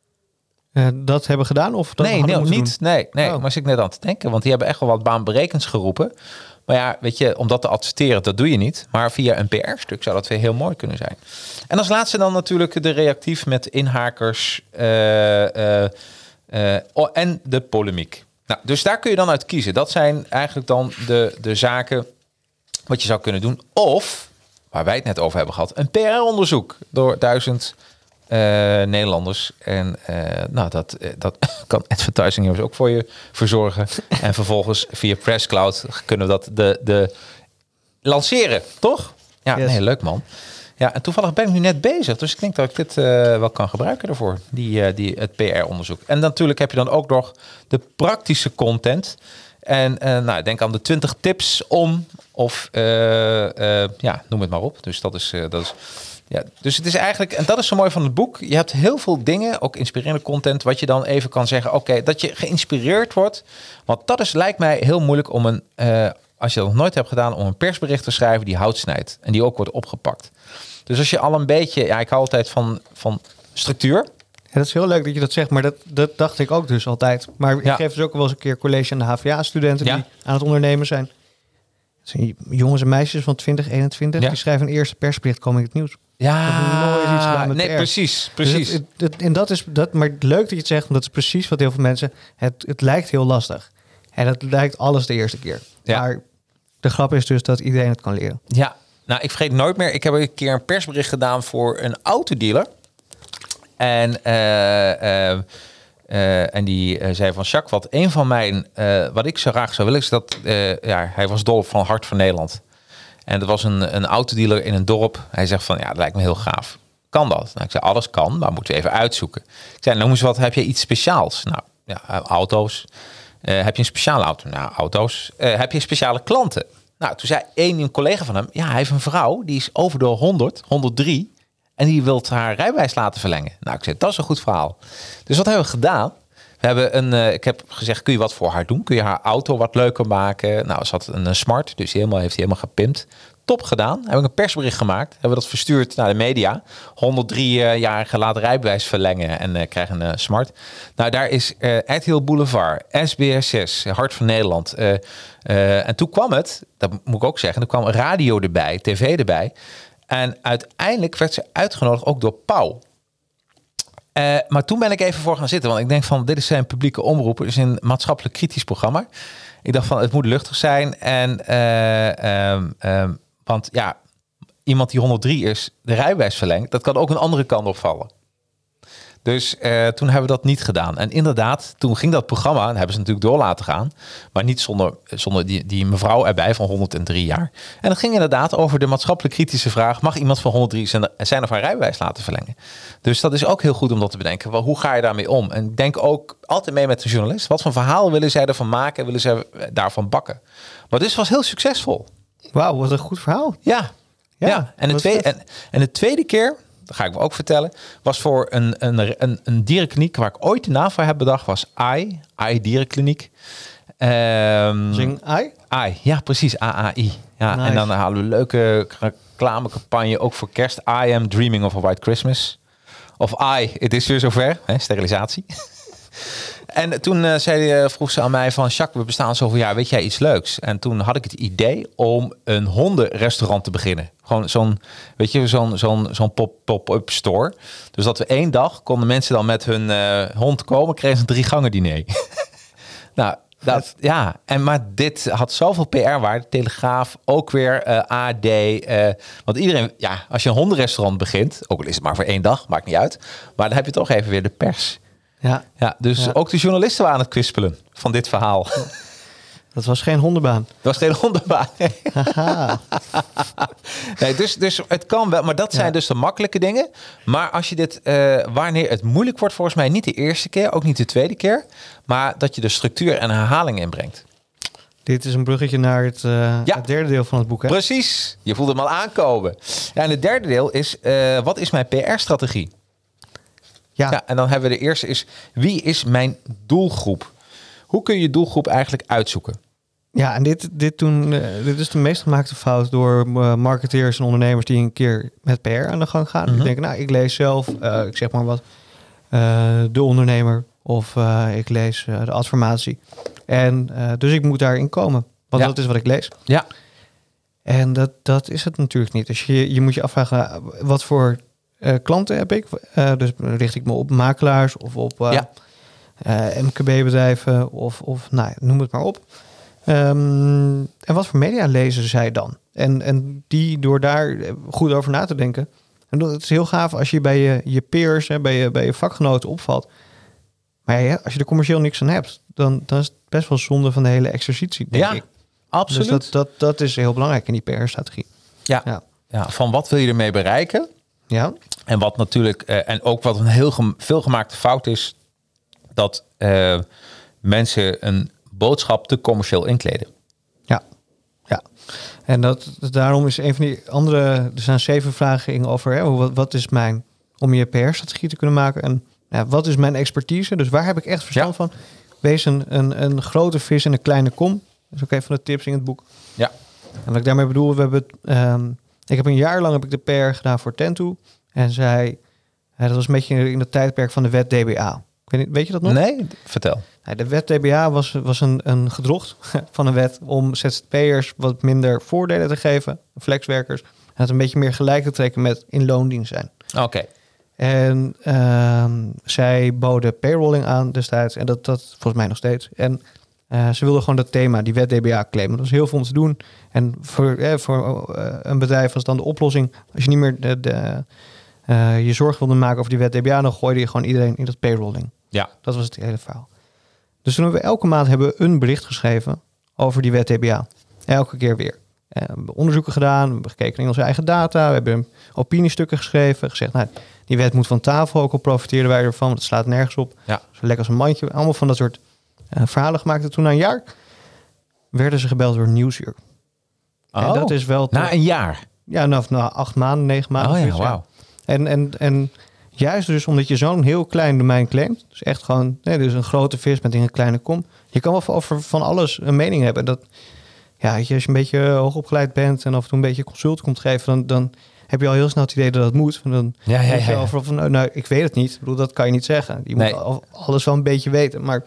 Uh, dat hebben gedaan of dat nee, nee, niet. Doen? Nee, nee. Oh. Maar zit ik net aan te denken, want die hebben echt wel wat baanberekens geroepen. Maar ja, weet je, om dat te adverteren, dat doe je niet. Maar via een P R-stuk zou dat weer heel mooi kunnen zijn. En als laatste dan natuurlijk de reactief met inhakers uh, uh, uh, oh, en de polemiek. Nou, dus daar kun je dan uit kiezen. Dat zijn eigenlijk dan de, de zaken wat je zou kunnen doen. Of, waar wij het net over hebben gehad, een P R-onderzoek door duizend uh, Nederlanders. En uh, nou, dat, dat kan Advertising Heroes ook voor je verzorgen. En vervolgens via PressCloud kunnen we dat de, de lanceren, toch? Ja, yes. Nee, leuk man. Ja, en toevallig ben ik nu net bezig. Dus ik denk dat ik dit uh, wel kan gebruiken daarvoor. Die, uh, die, het P R-onderzoek. En natuurlijk heb je dan ook nog de praktische content. En uh, nou, denk aan de twintig tips om. Of uh, uh, ja, noem het maar op. Dus dat is... Uh, dat is ja, dus het is eigenlijk, en dat is zo mooi van het boek. Je hebt heel veel dingen, ook inspirerende content, wat je dan even kan zeggen. Oké, okay, dat je geïnspireerd wordt. Want dat is, lijkt mij heel moeilijk om een, uh, als je dat nog nooit hebt gedaan, om een persbericht te schrijven die hout snijdt. En die ook wordt opgepakt. Dus als je al een beetje, ja, ik hou altijd van, van structuur. Ja, dat is heel leuk dat je dat zegt, maar dat, dat dacht ik ook dus altijd. Maar ik ja. geef dus ook wel eens een keer college aan de H V A-studenten ja. die aan het ondernemen zijn. Jongens en meisjes van twintig, eenentwintig, ja. die schrijven een eerste persbericht, kom in het nieuws. Ja, nooit iets gedaan met nee, R. precies, precies. Dus het, het, het, en dat is dat, maar leuk dat je het zegt, want dat is precies wat heel veel mensen. Het, het lijkt heel lastig. En het lijkt alles de eerste keer. Ja. Maar de grap is dus dat iedereen het kan leren. Ja, nou, ik vergeet nooit meer. Ik heb een keer een persbericht gedaan voor een autodealer. En, uh, uh, uh, en die uh, zei van Jacques, wat een van mijn, uh, wat ik zo graag zou willen, is dat uh, ja, hij was dol van Hart van Nederland. En dat was een, een autodealer in een dorp. Hij zegt van, ja, dat lijkt me heel gaaf. Kan dat? Nou, ik zei, alles kan, maar moeten we even uitzoeken. Ik zei, noem eens wat, heb je iets speciaals? Nou, ja, auto's. Uh, heb je een speciale auto? Nou, auto's. Uh, heb je speciale klanten? Nou, toen zei een, een collega van hem, ja, hij heeft een vrouw, die is over de honderd, honderddrie. En die wil haar rijbewijs laten verlengen. Nou, ik zei, dat is een goed verhaal. Dus wat hebben we gedaan? We hebben een, uh, ik heb gezegd, kun je wat voor haar doen? Kun je haar auto wat leuker maken? Nou, ze had een, een Smart, dus die helemaal, heeft hij helemaal gepimpt. Top gedaan. Heb ik een persbericht gemaakt. Hebben we dat verstuurd naar de media. honderddrie-jarige laat rijbewijs verlengen en uh, krijgen een uh, Smart. Nou, daar is uh, R T L Boulevard, S B S zes, Hart van Nederland. Uh, uh, en toen kwam het, dat moet ik ook zeggen, er kwam radio erbij, tv erbij. En uiteindelijk werd ze uitgenodigd ook door Pauw. Uh, maar toen ben ik even voor gaan zitten. Want ik denk van, dit is een publieke omroep. Het is een maatschappelijk kritisch programma. Ik dacht van, het moet luchtig zijn. En, uh, um, um, want ja, iemand die honderddrie is, de rijbewijs verlengt. Dat kan ook een andere kant opvallen. Dus uh, toen hebben we dat niet gedaan. En inderdaad, toen ging dat programma, en hebben ze natuurlijk door laten gaan. Maar niet zonder, zonder die, die mevrouw erbij van honderddrie jaar. En dat ging inderdaad over de maatschappelijk kritische vraag. Mag iemand van honderddrie zijn, zijn of haar rijbewijs laten verlengen? Dus dat is ook heel goed om dat te bedenken. Wel, hoe ga je daarmee om? En ik denk ook altijd mee met de journalist. Wat voor verhaal willen zij ervan maken? Willen zij daarvan bakken? Maar dit was heel succesvol. Wauw, wat een goed verhaal. Ja, ja. ja. En, de tweede, en, en de tweede keer... dat ga ik me ook vertellen, was voor een, een, een, een dierenkliniek waar ik ooit de naam voor heb bedacht, was AI, AI Dierenkliniek. Um, Zing I? I, ja precies, A A I. Ja, Nice. En dan halen we een leuke reclamecampagne, ook voor kerst. I am dreaming of a white Christmas. Of I, het is weer zover, hè, sterilisatie. En toen uh, zei, uh, vroeg ze aan mij van... Jacques, we bestaan zoveel jaar, weet jij iets leuks? En toen had ik het idee om een hondenrestaurant te beginnen. Gewoon zo'n, weet je, zo'n, zo'n, zo'n pop, pop-up store. Dus dat we één dag konden mensen dan met hun uh, hond komen... kregen ze een drie gangen diner. Nou, dat, ja. En, maar dit had zoveel P R-waarde. Telegraaf, ook weer uh, A D. Uh, want iedereen, ja, als je een hondenrestaurant begint... ook al is het maar voor één dag, maakt niet uit. Maar dan heb je toch even weer de pers... Ja. Ja, dus Ja. ook de journalisten waren aan het kwispelen van dit verhaal. Dat was geen hondenbaan. Dat was geen hondenbaan. Nee, dus, dus het kan wel, maar dat zijn Ja. dus de makkelijke dingen. Maar als je dit, uh, wanneer het moeilijk wordt, volgens mij niet de eerste keer, ook niet de tweede keer, maar dat je de structuur en herhaling inbrengt. Dit is een bruggetje naar het, uh, Ja. het derde deel van het boek, hè? Precies, je voelt hem al aankomen. Ja, en het derde deel is, uh, wat is mijn P R-strategie? Ja. Ja, en dan hebben we de eerste is, wie is mijn doelgroep? Hoe kun je je doelgroep eigenlijk uitzoeken? Ja, en dit, dit, doen, uh, dit is de meest gemaakte fout door uh, marketeers en ondernemers die een keer met P R aan de gang gaan. Mm-hmm. Die denken, nou, ik lees zelf, uh, ik zeg maar wat, uh, de ondernemer of uh, ik lees uh, de adformatie. En uh, dus ik moet daarin komen, want Ja. dat is wat ik lees. Ja. En dat, dat is het natuurlijk niet. Dus je, je moet je afvragen, wat voor uh, klanten heb ik? Uh, dus richt ik me op makelaars of op uh, Ja. uh, M K B-bedrijven of, of nou, noem het maar op. Um, en wat voor media lezen zij dan? En, en die door daar goed over na te denken. En dat is heel gaaf als je bij je, je peers, hè, bij, je, bij je vakgenoten opvalt. Maar ja, als je er commercieel niks aan hebt, dan, dan is het best wel zonde van de hele exercitie, denk Ja, ik. absoluut. Dus dat, dat, dat is heel belangrijk in die P R-strategie. Ja. Ja. Ja, van wat wil je ermee bereiken? Ja, En wat natuurlijk, uh, en ook wat een heel gem- veel gemaakte fout is, dat uh, mensen een boodschap te commercieel inkleden. ja, ja. En dat, daarom is een van die andere, er zijn zeven vragen over, hè, wat, wat is mijn, om je P R-strategie te kunnen maken en ja, wat is mijn expertise? Dus waar heb ik echt verstand Ja. van? Wees een, een, een grote vis in een kleine kom. Dat is ook een van de tips in het boek. Ja. En wat ik daarmee bedoel, we hebben, um, ik heb een jaar lang heb ik de P R gedaan voor Tento. En zij, ja, dat was een beetje in het tijdperk van de wet D B A. Ik weet, niet, weet je dat nog? Nee, vertel. Ja, de wet D B A was, was een, een gedrocht van een wet om Z Z P'ers wat minder voordelen te geven, flexwerkers. En het een beetje meer gelijk te trekken met in loondienst zijn. Oké. Okay. En um, zij boden payrolling aan destijds. En dat, dat volgens mij nog steeds. En uh, ze wilden gewoon dat thema, die wet D B A, claimen. Dat was heel veel om te doen. En voor, eh, voor uh, een bedrijf was dan de oplossing. Als je niet meer de, de, uh, je zorg wilde maken over die wet D B A, dan gooide je gewoon iedereen in dat payrolling. Ja. Dat was het hele verhaal. Dus toen hebben we elke maand hebben we een bericht geschreven over die wet D B A. Elke keer weer. Uh, we hebben onderzoeken gedaan, we hebben gekeken naar onze eigen data, we hebben opiniestukken geschreven, gezegd, nou, die wet moet van tafel, ook al profiteerden wij ervan, want het slaat nergens op. Ja. Zo lekker als een mandje. Allemaal van dat soort uh, verhalen gemaakt. En toen na een jaar werden ze gebeld door Nieuwsuur. Oh, en dat is wel... na een jaar? Ja, nou, na acht maanden, negen maanden. Oh ja, zoiets, wauw. En, en, en juist dus omdat je zo'n heel klein domein claimt, dus echt gewoon, nee, dus een grote vis met in een kleine kom. Je kan wel over van alles een mening hebben. Dat, ja, weet je, als je een beetje hoogopgeleid bent en af en toe een beetje consult komt geven, dan, dan heb je al heel snel het idee dat dat moet. En dan Ja, ja, denk je ja, ja. over van, nou, nou, ik weet het niet. Ik bedoel, dat kan je niet zeggen. Je Nee. moet al- alles wel een beetje weten. Maar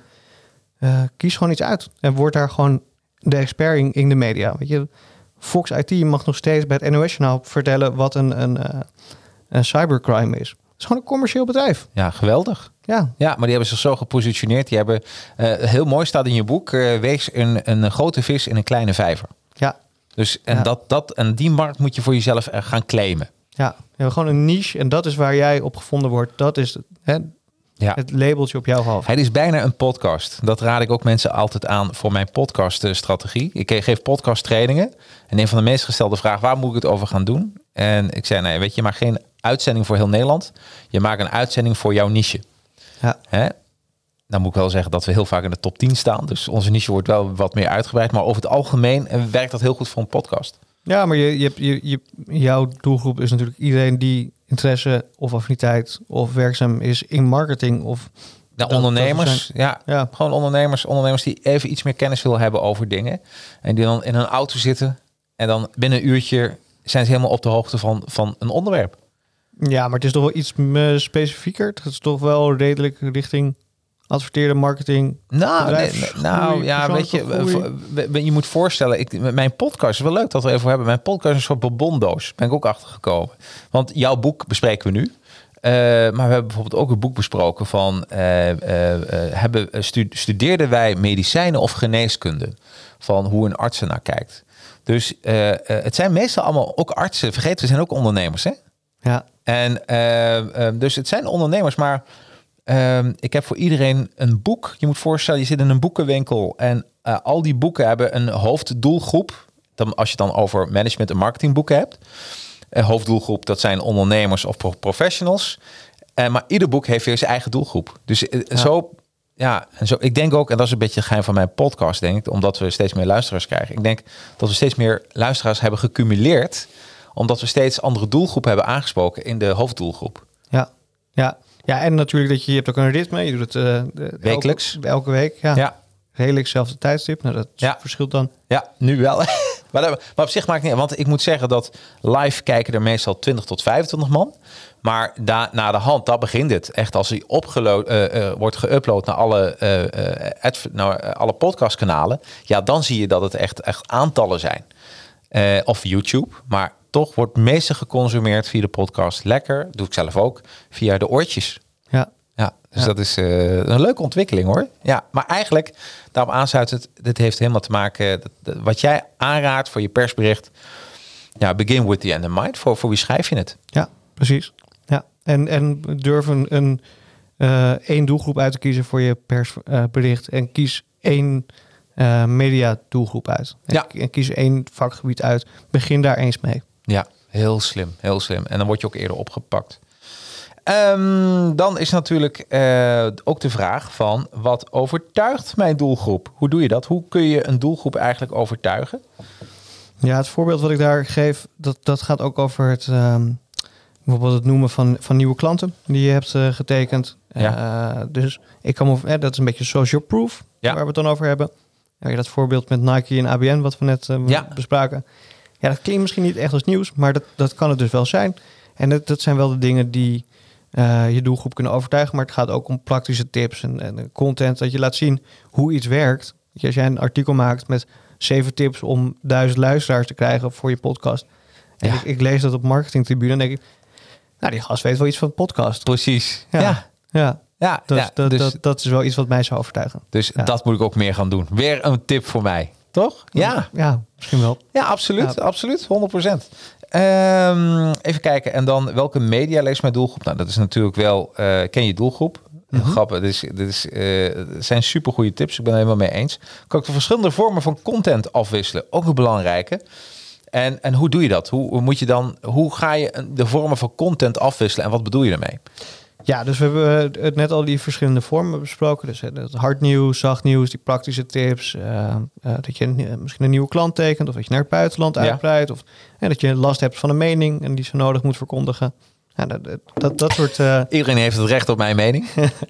uh, kies gewoon iets uit. En word daar gewoon de expert in, in de media. Weet je, Fox I T mag nog steeds bij het N O S-journaal vertellen wat een, een, uh, een cybercrime is. Het is gewoon een commercieel bedrijf. Ja, geweldig. Ja, Ja, maar die hebben zich zo gepositioneerd. Die hebben, uh, heel mooi staat in je boek, uh, wees een, een grote vis in een kleine vijver. ja, Dus en, Ja. dat, dat, en die markt moet je voor jezelf uh, gaan claimen. ja. We hebben gewoon een niche en dat is waar jij op gevonden wordt. Dat is hè, Ja. het labeltje op jouw hoofd. Het is bijna een podcast. Dat raad ik ook mensen altijd aan voor mijn podcaststrategie. Ik geef podcast trainingen. En een van de meest gestelde vragen, waar moet ik het over gaan doen? En ik zei, nee, weet je, je maakt geen uitzending voor heel Nederland. Je maakt een uitzending voor jouw niche. Ja. Hè? Dan moet ik wel zeggen dat we heel vaak in de top tien staan. Dus onze niche wordt wel wat meer uitgebreid. Maar over het algemeen werkt dat heel goed voor een podcast. Ja, maar je, je, hebt- je, je, jouw doelgroep is natuurlijk iedereen die interesse of affiniteit of werkzaam is in marketing of Nou, Dat- ondernemers, dat zijn- ja, Ja. gewoon ondernemers, ondernemers die even iets meer kennis willen hebben over dingen. En die dan in een auto zitten en dan binnen een uurtje zijn ze helemaal op de hoogte van, van een onderwerp. Ja, maar het is toch wel iets eh, specifieker. Het is toch wel redelijk richting adverteerde marketing. Nou, nee, bedrijfsgroei, nee, nou ja, weet je, persoonlijke groei. v- v- je moet voorstellen, ik, mijn podcast is wel leuk dat we even hebben. Mijn podcast is een soort bonbondoos. Ben ik ook achtergekomen. Want jouw boek bespreken we nu. Uh, maar we hebben bijvoorbeeld ook een boek besproken van uh, uh, uh, hebben, stu- studeerden wij medicijnen of geneeskunde? Van hoe een arts er naar kijkt. Dus uh, uh, het zijn meestal allemaal ook artsen. Vergeet, we zijn ook ondernemers, hè? Ja, En uh, uh, dus het zijn ondernemers, maar uh, ik heb voor iedereen een boek. Je moet voorstellen, je zit in een boekenwinkel en uh, al die boeken hebben een hoofddoelgroep. Dan, als je het dan over management en marketingboeken hebt. Uh, hoofddoelgroep, dat zijn ondernemers of pro- professionals. Uh, maar ieder boek heeft weer zijn eigen doelgroep. Dus uh, Ja. zo, ja, en zo. Ik denk ook, en dat is een beetje het geheim van mijn podcast, denk ik, omdat we steeds meer luisteraars krijgen. Ik denk dat we steeds meer luisteraars hebben gecumuleerd, omdat we steeds andere doelgroepen hebben aangesproken in de hoofddoelgroep. ja, ja. Ja, en natuurlijk dat je, je hebt ook een ritme. Je doet het uh, de, Wekelijks. Elke, elke week. Ja. Ja. Redelijk hetzelfde tijdstip. Nou, dat Ja. verschilt dan. Ja, nu wel. maar, dat, maar op zich maakt het niet. Want ik moet zeggen dat live kijken er meestal twintig tot vijfentwintig man. Maar da, na de hand, dat begint het. Echt als hij opgelo- uh, uh, wordt geüpload naar alle, uh, uh, adv- naar uh, alle podcastkanalen. Ja, dan zie je dat het echt, echt aantallen zijn. Uh, of YouTube. Maar toch wordt het meeste geconsumeerd via de podcast. Lekker, doe ik zelf ook, via de oortjes. Ja. Ja, dus Ja. dat is uh, een leuke ontwikkeling hoor. Ja, maar eigenlijk, daarop aansluit het, dit heeft helemaal te maken, dat, dat, wat jij aanraadt voor je persbericht. Ja, begin with the end in mind. Voor, voor wie schrijf je het? Ja, precies. Ja. En, en durf een, een uh, één doelgroep uit te kiezen voor je persbericht. Uh, en kies één uh, media doelgroep uit. En, Ja. en kies één vakgebied uit. Begin daar eens mee. Ja, heel slim, heel slim. En dan word je ook eerder opgepakt. Um, dan is natuurlijk uh, ook de vraag van, wat overtuigt mijn doelgroep? Hoe doe je dat? Hoe kun je een doelgroep eigenlijk overtuigen? Ja, het voorbeeld wat ik daar geef, dat, dat gaat ook over het, um, bijvoorbeeld het noemen van, van nieuwe klanten die je hebt uh, getekend. Ja. Uh, dus ik kan me, eh, dat is een beetje social proof, Ja. waar we het dan over hebben. Ja, dat voorbeeld met Nike en A B N, wat we net uh, Ja. bespraken. Ja, dat klinkt misschien niet echt als nieuws, maar dat, dat kan het dus wel zijn. En dat, dat zijn wel de dingen die uh, je doelgroep kunnen overtuigen. Maar het gaat ook om praktische tips en, en content, dat je laat zien hoe iets werkt. Als jij een artikel maakt met zeven tips om duizend luisteraars te krijgen voor je podcast. En Ja. ik, ik lees dat op Marketingtribune en denk ik, nou, die gast weet wel iets van podcast. Precies. Ja. Ja, Ja, ja, dat, ja, dat, dus dat, dat is wel iets wat mij zou overtuigen. dus Ja. dat moet ik ook meer gaan doen. Weer een tip voor mij, toch? Ja, Ja, misschien wel. ja absoluut, Ja. absoluut, honderd procent. Um, even kijken, en dan welke media leest mijn doelgroep? Nou, dat is natuurlijk wel, uh, ken je doelgroep? Mhm. Grappig, dit, is, dit is, uh, het zijn supergoeie tips, ik ben het helemaal mee eens. Kan ook de verschillende vormen van content afwisselen, ook een belangrijke. En, en hoe doe je dat? Hoe, hoe moet je dan, hoe ga je een- de vormen van content afwisselen en wat bedoel je daarmee? Ja, dus we hebben het net al die verschillende vormen besproken. Dus hè, het hard nieuws, zacht nieuws, die praktische tips. Uh, uh, dat je een, uh, misschien een nieuwe klant tekent of dat je naar het buitenland Ja. uitbreidt. Of hè, dat je last hebt van een mening en die zo nodig moet verkondigen. Ja, dat, dat, dat, dat soort... Uh, Iedereen heeft het recht op mijn mening.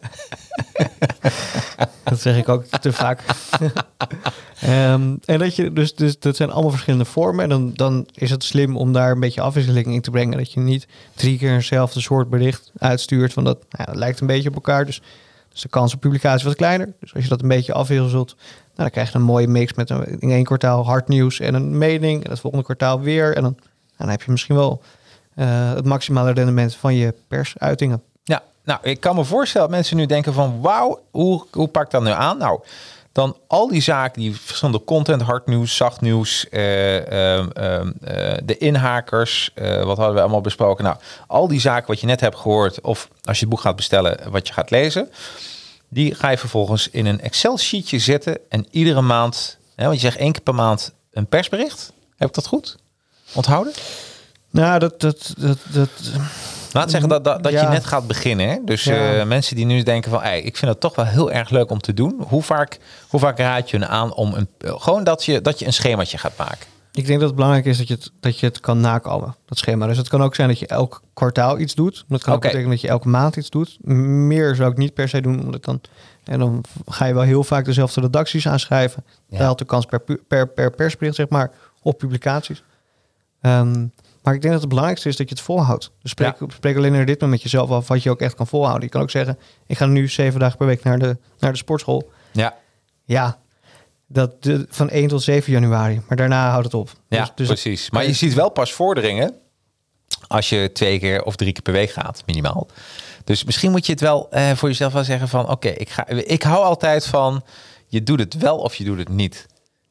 dat zeg ik ook te vaak. um, en dat je dus, dus dat zijn allemaal verschillende vormen. En dan, dan is het slim om daar een beetje afwisseling in te brengen. Dat je niet drie keer eenzelfde soort bericht uitstuurt. Want dat, nou ja, dat lijkt een beetje op elkaar. Dus, dus de kans op publicatie wat kleiner. Dus als je dat een beetje afwisselt, nou, dan krijg je een mooie mix met een, in één kwartaal hard nieuws en een mening. En het volgende kwartaal weer. En dan, nou, dan heb je misschien wel uh, het maximale rendement van je persuitingen. Ja, nou, ik kan me voorstellen dat mensen nu denken van, wauw, hoe, hoe pak ik dat nu aan? Nou, dan al die zaken, die verschillende content, hard nieuws, zacht nieuws, uh, uh, uh, uh, de inhakers, uh, wat hadden we allemaal besproken? Nou, al die zaken wat je net hebt gehoord, of als je het boek gaat bestellen, wat je gaat lezen, die ga je vervolgens in een Excel-sheetje zetten en iedere maand, hè, want je zegt één keer per maand een persbericht. Heb ik dat goed onthouden? Nou, dat... dat, dat, dat Laat zeggen dat, dat, dat Ja. je net gaat beginnen. Hè? Dus Ja. uh, mensen die nu denken van, hey, ik vind het toch wel heel erg leuk om te doen. Hoe vaak, hoe vaak raad je hun aan om een, uh, gewoon dat je, dat je een schemaatje gaat maken? Ik denk dat het belangrijk is dat je het, dat je het kan nakomen, dat schema. Dus het kan ook zijn dat je elk kwartaal iets doet. Dat kan ook Oké. betekenen dat je elke maand iets doet. Meer zou ik niet per se doen, omdat dan... En dan ga je wel heel vaak dezelfde redacties aanschrijven. Ja. Daalt de kans per, pu- per, per persbericht, zeg maar, op publicaties. Ehm, maar ik denk dat het belangrijkste is dat je het volhoudt. Dus spreek, spreek alleen in ritme met jezelf af wat je ook echt kan volhouden. Je kan ook zeggen, ik ga nu zeven dagen per week naar de, naar de sportschool. Ja, Ja, dat de, van één tot zeven januari. Maar daarna houdt het op. ja Dus- dus precies. Maar je ziet wel pas vorderingen als je twee keer of drie keer per week gaat, minimaal. Dus misschien moet je het wel eh, voor jezelf wel zeggen van... oké, ik ga. ik hou altijd van... je doet het wel of je doet het niet.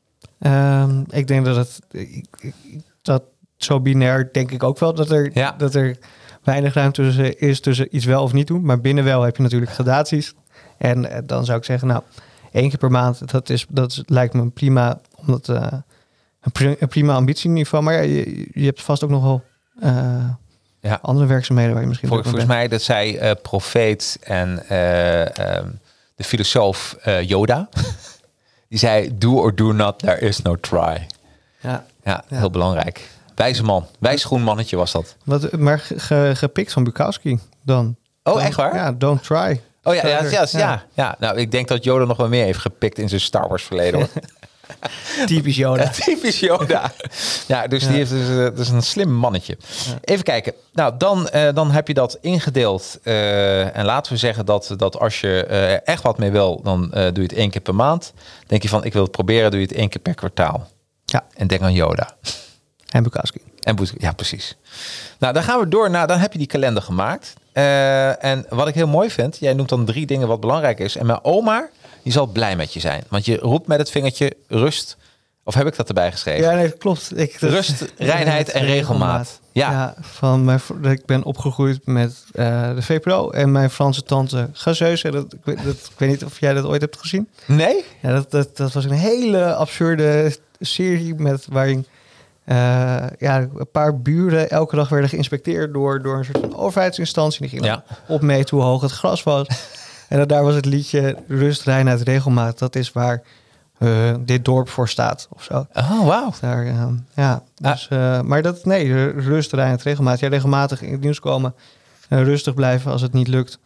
Ehm, ik denk dat het... ik- ik- dat zo binair denk ik ook wel dat er, Ja. dat er weinig ruimte tussen is tussen iets wel of niet doen. Maar binnen wel heb je natuurlijk gradaties. En eh, dan zou ik zeggen, nou, één keer per maand, dat, is, dat is, lijkt me prima. Omdat eh, een, pri- een prima ambitieniveau. Maar ja, je, je hebt vast ook nog wel eh, Ja. andere werkzaamheden waar je misschien... Vol- druk mee volgens bent. mij dat zei eh profeet en eh, ehm, de filosoof eh, Yoda. Die zei, do or do not, there is no try. Ja. Ja, Ja. heel belangrijk. Wijze man. Wijs groen mannetje was dat. Wat, maar ge- ge- gepikt van Bukowski dan. Oh, Dan- echt waar? Ja, don't try. Oh ja, ja, Verder. ja, ja, ja. Nou, ik denk dat Yoda nog wel meer heeft gepikt in zijn Star Wars verleden, hoor. Typisch Yoda. Typisch Yoda. Ja, dus die heeft dus, eh, dat is een slim mannetje. Even kijken. Nou, dan, eh, dan heb je dat ingedeeld. eh, en laten we zeggen dat, dat als je eh, echt wat mee wil, dan eh, doe je het één keer per maand. Denk je van, ik wil het proberen, doe je het één keer per kwartaal. Ja, En denk aan Yoda. en Bukowski. En Boet- ja, precies. Nou, dan gaan we door naar, dan heb je die kalender gemaakt. Eh, en wat ik heel mooi vind, jij noemt dan drie dingen wat belangrijk is. En mijn oma, die zal blij met je zijn. Want je roept met het vingertje rust. Of heb ik dat erbij geschreven? Ja, nee, klopt. Ik, dat- Rust, reinheid en regelmaat. Ja. van mijn, v- ik ben opgegroeid met eh, de V P R O en mijn Franse tante Gazeuse. Dat, ik, weet- dat, ik weet niet of jij dat ooit hebt gezien. Nee? Ja, dat, dat, dat was een hele absurde serie met waarin eh, ja, een paar buren elke dag werden geïnspecteerd door, door een soort van overheidsinstantie. Die gingen Ja. dan opmeten hoe hoog het gras was. En dan daar was het liedje Rust, reinheid, regelmaat. Dat is waar eh, dit dorp voor staat of zo. Oh, wauw. Daar, eh, ja, dus, eh, maar dat, nee, rust, reinheid, regelmaat. Ja, regelmatig in het nieuws komen. Eh, rustig blijven als het niet lukt.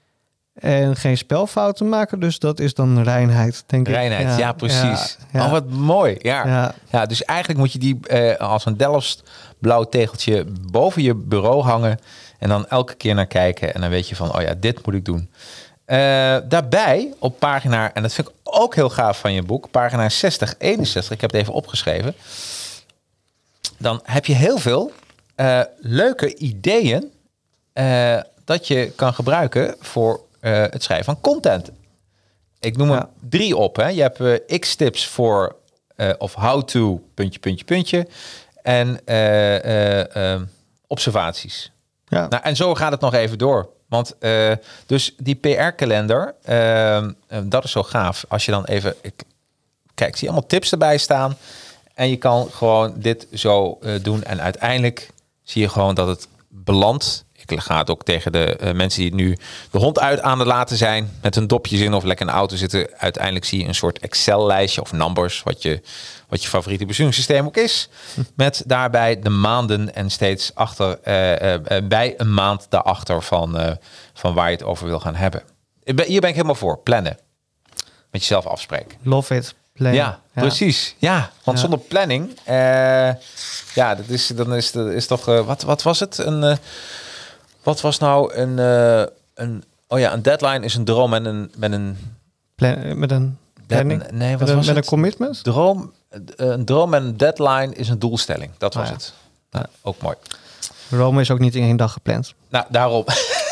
En geen spelfouten maken. Dus dat is dan reinheid, denk ik. Reinheid, ja, precies. Ja, ja. Oh, wat mooi. Ja. Ja. Ja. dus eigenlijk moet je die eh, als een Delft blauw tegeltje boven je bureau hangen. En dan elke keer naar kijken. En dan weet je van, oh ja, dit moet ik doen. Eh, daarbij op pagina, en dat vind ik ook heel gaaf van je boek, pagina zestig, eenenzestig, ik heb het even opgeschreven. Dan heb je heel veel eh, leuke ideeën eh, dat je kan gebruiken voor eh, het schrijven van content. Ik noem er Ja. drie op. Hè. Je hebt eh, X-tips voor eh, of how-to, puntje, puntje, puntje. En eh, eh, eh, observaties. Ja. Nou, en zo gaat het nog even door. Want eh, dus die P R-kalender, eh, eh, dat is zo gaaf. Als je dan even... Ik, kijk, ik zie allemaal tips erbij staan. En je kan gewoon dit zo eh, doen. En uiteindelijk zie je gewoon dat het belandt. Ik ga het ook tegen de eh, mensen die nu de hond uit aan het laten zijn. Met hun dopjes in of lekker in de auto zitten. Uiteindelijk zie je een soort Excel-lijstje of numbers. Wat je, wat je favoriete besturingssysteem ook is. Met daarbij de maanden en steeds achter, eh, eh, bij een maand daarachter van, eh, van waar je het over wil gaan hebben. Ik ben- Hier ben ik helemaal voor. Plannen. Met jezelf afspreken. Love it. Plan. Ja, precies. Ja, want Ja. zonder planning, eh, ja, dat is dan is, dat is toch eh, wat wat was het? Een eh, wat was nou een eh, een oh ja, een deadline is een droom en een met een Plan, met een planning. Dead- nee, wat met een, was met het? een commitment. droom eh, een droom en een deadline is een doelstelling. Dat was Ah, ja. het. Nou, ook mooi. Rome is ook niet in één dag gepland. Nou, daarom.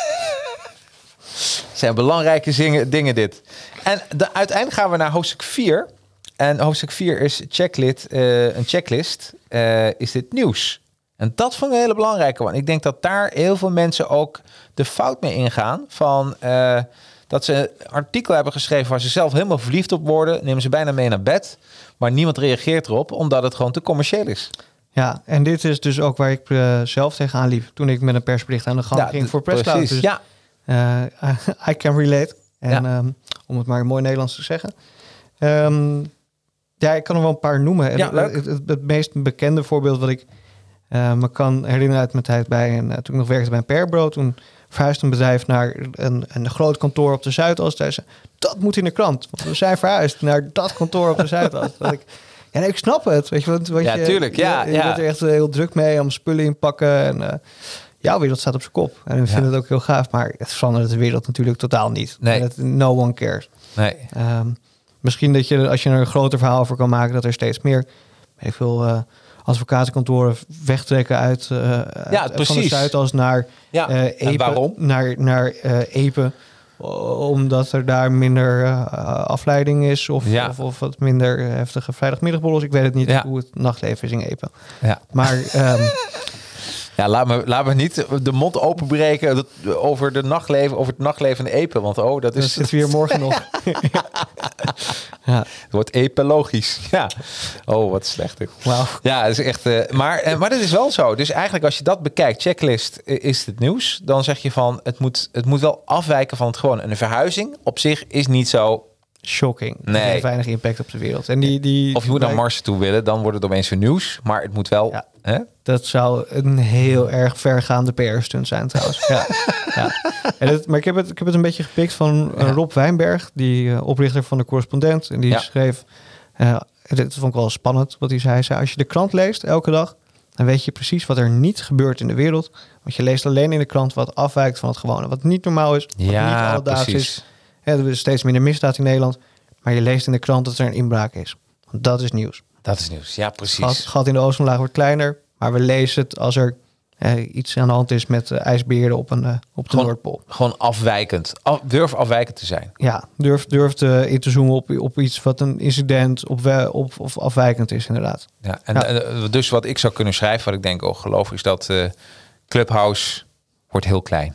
Zijn belangrijke zingen, dingen dit. En de, uiteindelijk gaan we naar hoofdstuk vier. En hoofdstuk vier is checklist, eh, een checklist. Eh, is dit nieuws? En dat vond ik een hele belangrijke. Want ik denk dat daar heel veel mensen ook de fout mee ingaan. Van eh, dat ze een artikel hebben geschreven waar ze zelf helemaal verliefd op worden. Nemen ze bijna mee naar bed. Maar niemand reageert erop, omdat het gewoon te commerciëel is. Ja, en dit is dus ook waar ik eh, zelf tegenaan liep. Toen ik met een persbericht aan de gang Ja, ging d- voor PressCloud. precies. Dus, Ja, eh, I can relate. En Ja. ehm, om het maar in mooi Nederlands te zeggen. Ehm, Ja, ik kan er wel een paar noemen. En Ja, leuk. Het, het, het meest bekende voorbeeld wat ik uh, me kan herinneren uit mijn tijd bij... En, uh, toen ik nog werkte bij een persbureau, toen verhuisde een bedrijf naar een, een groot kantoor op de Zuidas. Daar zei, dat moet in de krant. Want we zijn verhuisd naar dat kantoor op de Zuidas. Dat ik, ja, nee, ik snap het. Weet je, want, want Ja, je, tuurlijk. Ja, je, je ja. bent er echt heel druk mee om spullen inpakken. En uh, jouw wereld staat op zijn kop. En we vinden Ja. het ook heel gaaf. Maar het verandert de wereld natuurlijk totaal niet. Nee. En het, no one cares. Nee. Um, misschien dat je, als je er een groter verhaal voor kan maken, dat er steeds meer, weet ik veel, uh, advocatenkantoren wegtrekken uit, uh, Ja, uit precies. van de Zuidas naar Ja. uh, En Epe, waarom? naar, naar uh, Epe, omdat er daar minder uh, afleiding is of, Ja. of, of wat minder heftige vrijdagmiddagborrels. Ik weet het niet Ja. hoe het nachtleven is in Epe. Ja. Maar um, Ja, laat me, laat me niet de mond openbreken dat, over, de nachtleven, over het nachtleven in Epe. Want oh, dat dat is... zit weer morgen nog. Ja. Het wordt epologisch. Ja. Oh, wat slecht. Wauw. Ja, dat is echt... Uh, maar, uh, maar dat is wel zo. Dus eigenlijk als je dat bekijkt, checklist uh, is het nieuws. Dan zeg je van, het moet, het moet wel afwijken van het gewoon. En een verhuizing op zich is niet zo... Shocking. Nee. Het heeft weinig impact op de wereld. En die, die, Of je moet naar wij- Mars toe willen, dan wordt het opeens weer nieuws. Maar het moet wel... Ja. Hè? Dat zou een heel erg vergaande P R-stunt zijn trouwens. ja. Ja. En het, maar ik heb, het, ik heb het een beetje gepikt van uh, Ja. Rob Wijnberg, die uh, oprichter van de Correspondent. En die Ja. schreef, uh, dit vond ik wel spannend wat hij zei. Hij zei, als je de krant leest elke dag, dan weet je precies wat er niet gebeurt in de wereld. Want je leest alleen in de krant wat afwijkt van het gewone. Wat niet normaal is, wat niet Ja, alledaags is. precies. Ja, er is steeds minder misdaad in Nederland. Maar je leest in de krant dat er een inbraak is. Want dat is nieuws. Dat is nieuws. Ja, precies. Gat, gat in de ozonlaag wordt kleiner, maar we lezen het als er eh, iets aan de hand is met uh, ijsberen op, een, uh, op de Gewoon- Noordpool. Gewoon afwijkend. Af, durf afwijkend te zijn. Ja, durf, durf uh, in te zoomen op, op iets wat een incident op, we- op, of afwijkend is inderdaad. Ja, en Ja. eh, dus wat ik zou kunnen schrijven, wat ik denk, oh geloof, is dat uh, Clubhouse wordt heel klein.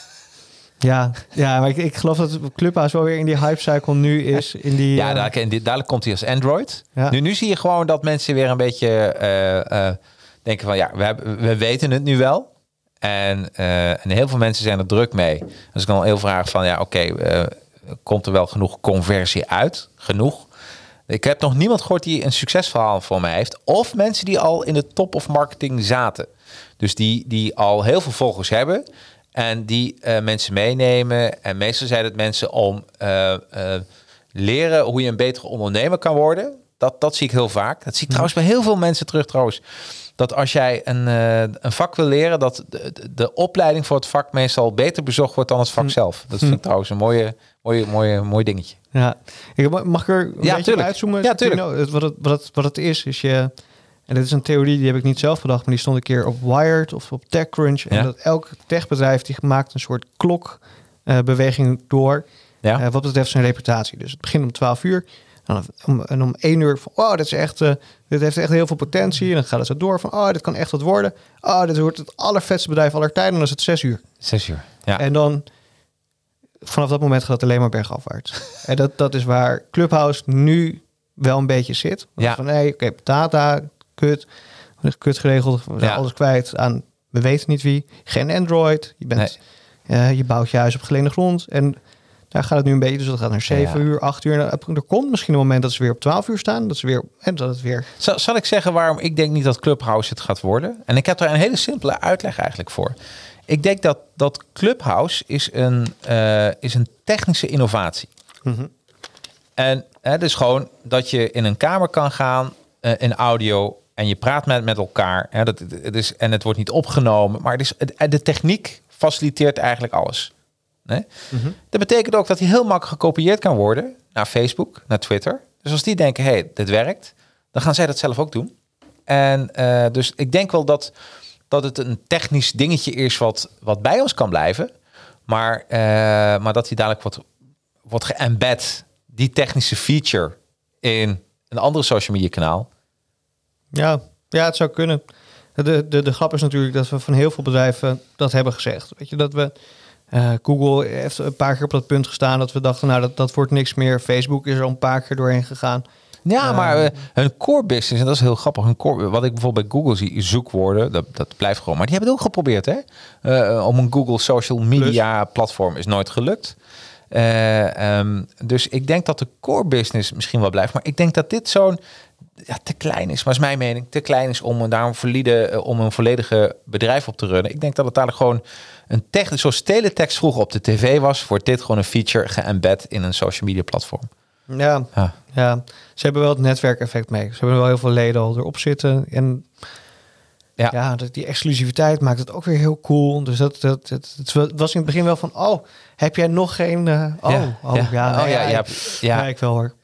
Ja, ja maar ik, ik geloof dat Clubhouse wel weer in die hypecycle nu is. In die, Ja, uh, dadelijk, en dit- dadelijk komt hij als Android. Ja. Nu, nu zie je gewoon dat mensen weer een beetje uh, uh, denken van ja, we, hebben, we weten het nu wel. En, uh, en heel veel mensen zijn er druk mee. Dus ik dan heel vraag van ja, oké, okay, uh, komt er wel genoeg conversie uit? Genoeg? Ik heb nog niemand gehoord die een succesverhaal voor mij heeft. Of mensen die al in de top of marketing zaten. Dus die, die al heel veel volgers hebben. En die uh, mensen meenemen. En meestal zijn het mensen om uh, uh, leren hoe je een betere ondernemer kan worden. Dat, dat zie ik heel vaak. Dat zie ik trouwens bij heel veel mensen terug trouwens. Dat als jij een, uh, een vak wil leren, dat de, de opleiding voor het vak meestal beter bezocht wordt dan het vak zelf. Dat vind ik trouwens een mooie, mooie, mooie, mooi dingetje. Ja, ik, mag ik er een Ja, beetje tuurlijk. op uitzoomen? Ja, tuurlijk. You know, het- wat, het, wat, het, wat het is, is je... En dit is een theorie, die heb ik niet zelf bedacht, maar die stond een keer op Wired of op TechCrunch. En Ja. dat elk techbedrijf die maakt een soort klokbeweging uh, door, Ja. uh, wat betreft zijn reputatie. Dus het begint om twaalf uur. En om, en om één uur van, oh, dit is echt, uh, dit heeft echt heel veel potentie. En dan gaat het zo door van, oh, dit kan echt wat worden. Oh, dit wordt het allervetste bedrijf aller tijden. En dan is het zes uur. Zes uur. Ja. En dan, vanaf dat moment gaat het alleen maar bergafwaarts. En dat, dat is waar Clubhouse nu wel een beetje zit. Ja. Van, nee, oké, data, kut, kut geregeld, we zijn Ja. alles kwijt aan, we weten niet wie. Geen Android, je, bent, uh, je bouwt je huis op geleende grond. En daar gaat het nu een beetje, dus dat gaat naar zeven Ja. uur, acht uur. En er komt misschien een moment dat ze weer op twaalf uur staan. Dat ze weer, en dat het weer... Zal, zal ik zeggen waarom ik denk niet dat Clubhouse het gaat worden? En ik heb daar een hele simpele uitleg eigenlijk voor. Ik denk dat, dat Clubhouse is een, uh, is een technische innovatie. Mm-hmm. En het is gewoon dat je in een kamer kan gaan, uh, in audio, en je praat met, met elkaar. Hè, dat, het is, en het wordt niet opgenomen, maar het is, het, de techniek faciliteert eigenlijk alles. Nee? Mm-hmm. Dat betekent ook dat hij heel makkelijk gekopieerd kan worden naar Facebook, naar Twitter. Dus als die denken, hé, hey, dit werkt, dan gaan zij dat zelf ook doen. En uh, dus ik denk wel dat, dat het een technisch dingetje is wat, wat bij ons kan blijven. Maar, uh, maar dat hij dadelijk wordt, wordt geëmbed, die technische feature, in een andere social media kanaal. Ja, ja, het zou kunnen. De, de, de grap is natuurlijk dat we van heel veel bedrijven dat hebben gezegd. Weet je, dat we... Uh, Google heeft een paar keer op dat punt gestaan dat we dachten, nou, dat, dat wordt niks meer. Facebook is er al een paar keer doorheen gegaan. Ja, Uh, maar uh, hun core business, en dat is heel grappig, hun core, wat ik bijvoorbeeld bij Google zie, zoekwoorden, dat, dat blijft gewoon. Maar die hebben het ook geprobeerd, hè? Uh, om een Google social media platform is nooit gelukt. Uh, um, dus ik denk dat de core business misschien wel blijft. Maar ik denk dat dit zo'n ja, te klein is. Maar is mijn mening. Te klein is om daar een, valide, uh, om een volledige bedrijf op te runnen. Ik denk dat het daar gewoon een technisch... Zoals teletext vroeger op de tv was... wordt dit gewoon een feature geëmbed in een social media platform. Ja, ja. ja, ze hebben wel het netwerkeffect mee. Ze hebben wel heel veel leden al erop zitten. En ja, ja die exclusiviteit maakt het ook weer heel cool. Dus dat, dat, dat, het was in het begin wel van... oh, heb jij nog geen... Uh, oh, ja, oh, ja. ja, nee, oh, ja, ja, ja, ja. ja, ik wel hoor.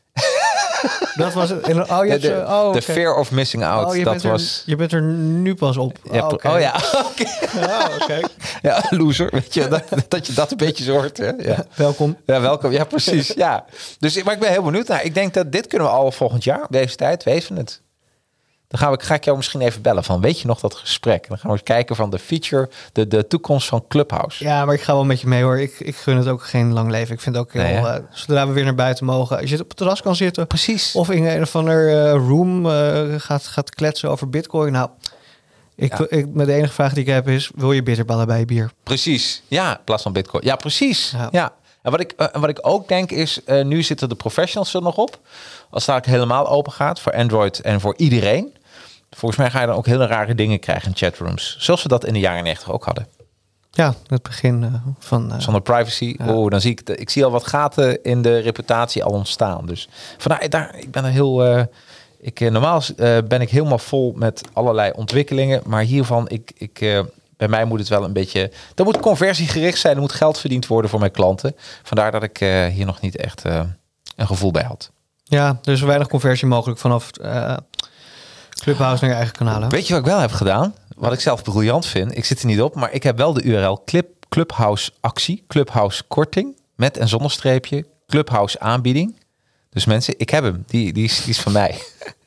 Dat was het. En, oh, je de de, oh, okay. de fear of missing out. Oh, je, dat bent er, was... je bent er nu pas op. Ja, oh, okay. oh ja, oké. Okay. Oh, okay. Ja, loser. Weet je, dat, dat je dat een beetje zo hoort. Hè? Ja. Welkom. Ja, welkom. Ja, precies. Ja. Dus maar ik ben heel benieuwd. Nou, ik denk dat dit kunnen we al volgend jaar, deze tijd, weten het. Dan gaan we, ga ik jou misschien even bellen van, weet je nog dat gesprek? Dan gaan we eens kijken van de feature, de, de toekomst van Clubhouse. Ja, maar ik ga wel met je mee hoor. Ik, ik gun het ook geen lang leven. Ik vind het ook heel, nee, uh, zodra we weer naar buiten mogen. Als je op het terras kan zitten. Precies. Of in een of ander uh, room uh, gaat, gaat kletsen over Bitcoin. Nou, ik, ja. ik, met de enige vraag die ik heb is, wil je bitterballen bij je bier? Precies. Ja, in plaats van Bitcoin. Ja, precies. Ja. ja. En wat ik, uh, wat ik ook denk is, uh, nu zitten de professionals er nog op. Als het helemaal open gaat voor Android en voor iedereen. Volgens mij ga je dan ook hele rare dingen krijgen in chatrooms. Zoals we dat in de jaren negentig ook hadden. Ja, het begin uh, van... Uh, Zonder privacy. Ja. Oh, dan zie ik, ik zie al wat gaten in de reputatie al ontstaan. Dus vandaar, daar, ik ben er heel... Uh, ik, uh, normaal uh, ben ik helemaal vol met allerlei ontwikkelingen. Maar hiervan, ik, ik, uh, bij mij moet het wel een beetje... Er moet conversiegericht zijn. Er moet geld verdiend worden voor mijn klanten. Vandaar dat ik uh, hier nog niet echt uh, een gevoel bij had. Ja, er is weinig conversie mogelijk vanaf... Uh, Clubhouse naar je eigen kanalen. Weet je wat ik wel heb gedaan? Wat ik zelf briljant vind. Ik zit er niet op, maar ik heb wel de U R L Clip, Clubhouse actie, Clubhouse korting, met en zonder streepje, Clubhouse aanbieding. Dus mensen, ik heb hem. Die, die, is, die is van mij.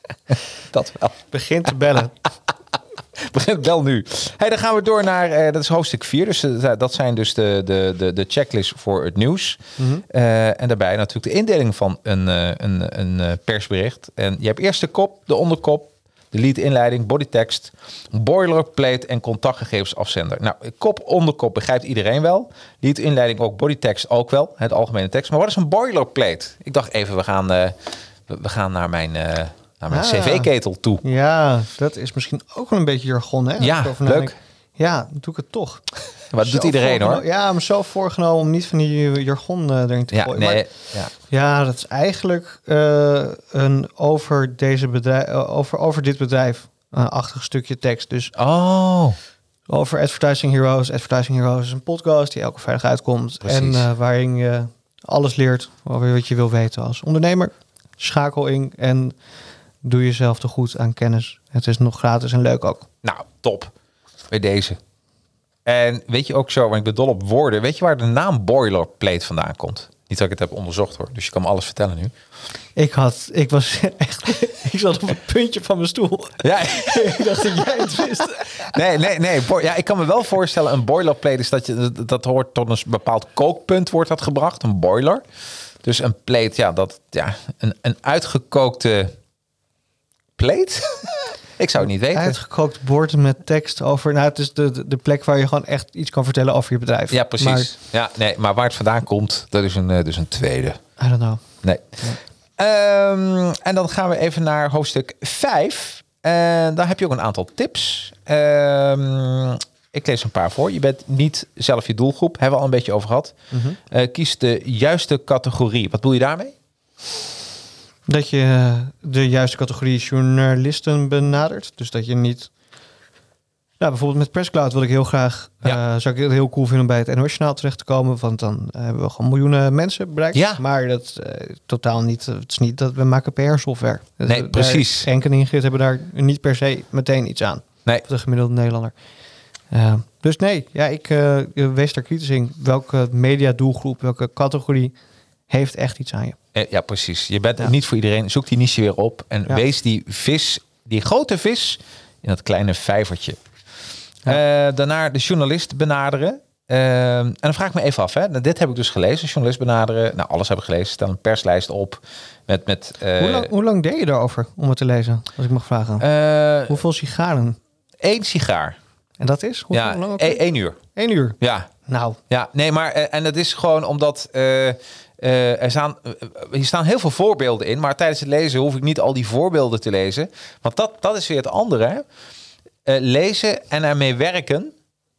Dat wel. Begin te bellen. Begint bel nu. Hey, dan gaan we door naar, uh, dat is hoofdstuk vier. Dus uh, dat zijn dus de, de, de, de checklist voor het nieuws. Mm-hmm. Uh, en daarbij natuurlijk de indeling van een, uh, een, een uh, persbericht. En je hebt eerst de kop, de onderkop, de lead inleiding, bodytext, boilerplate en contactgegevens afzender. Nou, kop, onderkop begrijpt iedereen wel. Lead inleiding ook, bodytext ook wel. Het algemene tekst. Maar wat is een boilerplate? Ik dacht even, we gaan, uh, we, we gaan naar mijn... Uh, naar mijn ah, cv-ketel toe. Ja, dat is misschien ook wel een beetje jargon, hè? Ja, leuk. Ja, dan doe ik het toch. Maar dat doet iedereen, hoor. Ja, maar zo voorgenomen om niet van die jargon uh, erin te ja, gooien. Nee, maar, ja. ja, dat is eigenlijk uh, een over, deze bedrijf, uh, over, over dit bedrijf een uh, achtig stukje tekst. Dus oh. over Advertising Heroes. Advertising Heroes is een podcast die elke vrijdag uitkomt. Precies. En uh, waarin je alles leert over wat je wil weten als ondernemer. Schakel in en... doe jezelf te goed aan kennis. Het is nog gratis en leuk ook. Nou, top. Bij deze. En weet je ook zo, want ik ben dol op woorden. Weet je waar de naam boilerplate vandaan komt? Niet dat ik het heb onderzocht hoor. Dus je kan me alles vertellen nu. Ik had, ik was echt, ik zat op het puntje van mijn stoel. Ja. Ik dacht dat jij het wist. Nee, nee, nee. Ja, ik kan me wel voorstellen, een boilerplate is dat je, dat hoort tot een bepaald kookpunt wordt dat gebracht. Een boiler. Dus een plate, ja, dat, ja, een, een uitgekookte... plate? Ik zou het niet weten. Uitgekookt bord met tekst over... Nou, het is de, de plek waar je gewoon echt iets kan vertellen over je bedrijf. Ja, precies. Maar, ja, nee, maar waar het vandaan komt, dat is een, dus een tweede. I don't know. Nee. Ja. Um, en dan gaan we even naar hoofdstuk vijf. En daar heb je ook een aantal tips. Um, ik lees een paar voor. Je bent niet zelf je doelgroep. Hebben we al een beetje over gehad. Mm-hmm. Uh, kies de juiste categorie. Wat bedoel je daarmee? Dat je de juiste categorie journalisten benadert. Dus dat je niet... Nou, bijvoorbeeld met PressCloud wil ik heel graag... Ja. Uh, zou ik het heel cool vinden om bij het N O S-journaal terecht te komen. Want dan uh, hebben we gewoon miljoenen mensen bereikt. Ja. Maar dat uh, totaal niet... Het is niet dat we maken P R-software. Nee, daar, precies. Henk en Ingrid hebben daar niet per se meteen iets aan. Nee. De gemiddelde Nederlander. Uh, dus nee, ja, ik uh, wees daar kritisch in. Welke mediadoelgroep, welke categorie heeft echt iets aan je? Ja, precies. Je bent ja. niet voor iedereen. Zoek die niche weer op. En ja. wees die vis, die grote vis... in dat kleine vijvertje. Ja. Uh, daarna de journalist benaderen. Uh, en dan vraag ik me even af. Hè. Dit heb ik dus gelezen. Journalist benaderen. Nou, alles heb ik gelezen. Stel een perslijst op. Met, met, uh, hoe, lang, hoe lang deed je daarover om het te lezen? Als ik mag vragen. Uh, Hoeveel sigaren? Eén sigaar. En dat is? Hoeveel, ja, lang e- één uur. Eén uur? Ja. Nou, Ja, nee, maar uh, en het is gewoon omdat uh, uh, er staan, uh, hier staan heel veel voorbeelden in, maar tijdens het lezen hoef ik niet al die voorbeelden te lezen, want dat, dat is weer het andere. Hè? Uh, lezen en ermee werken.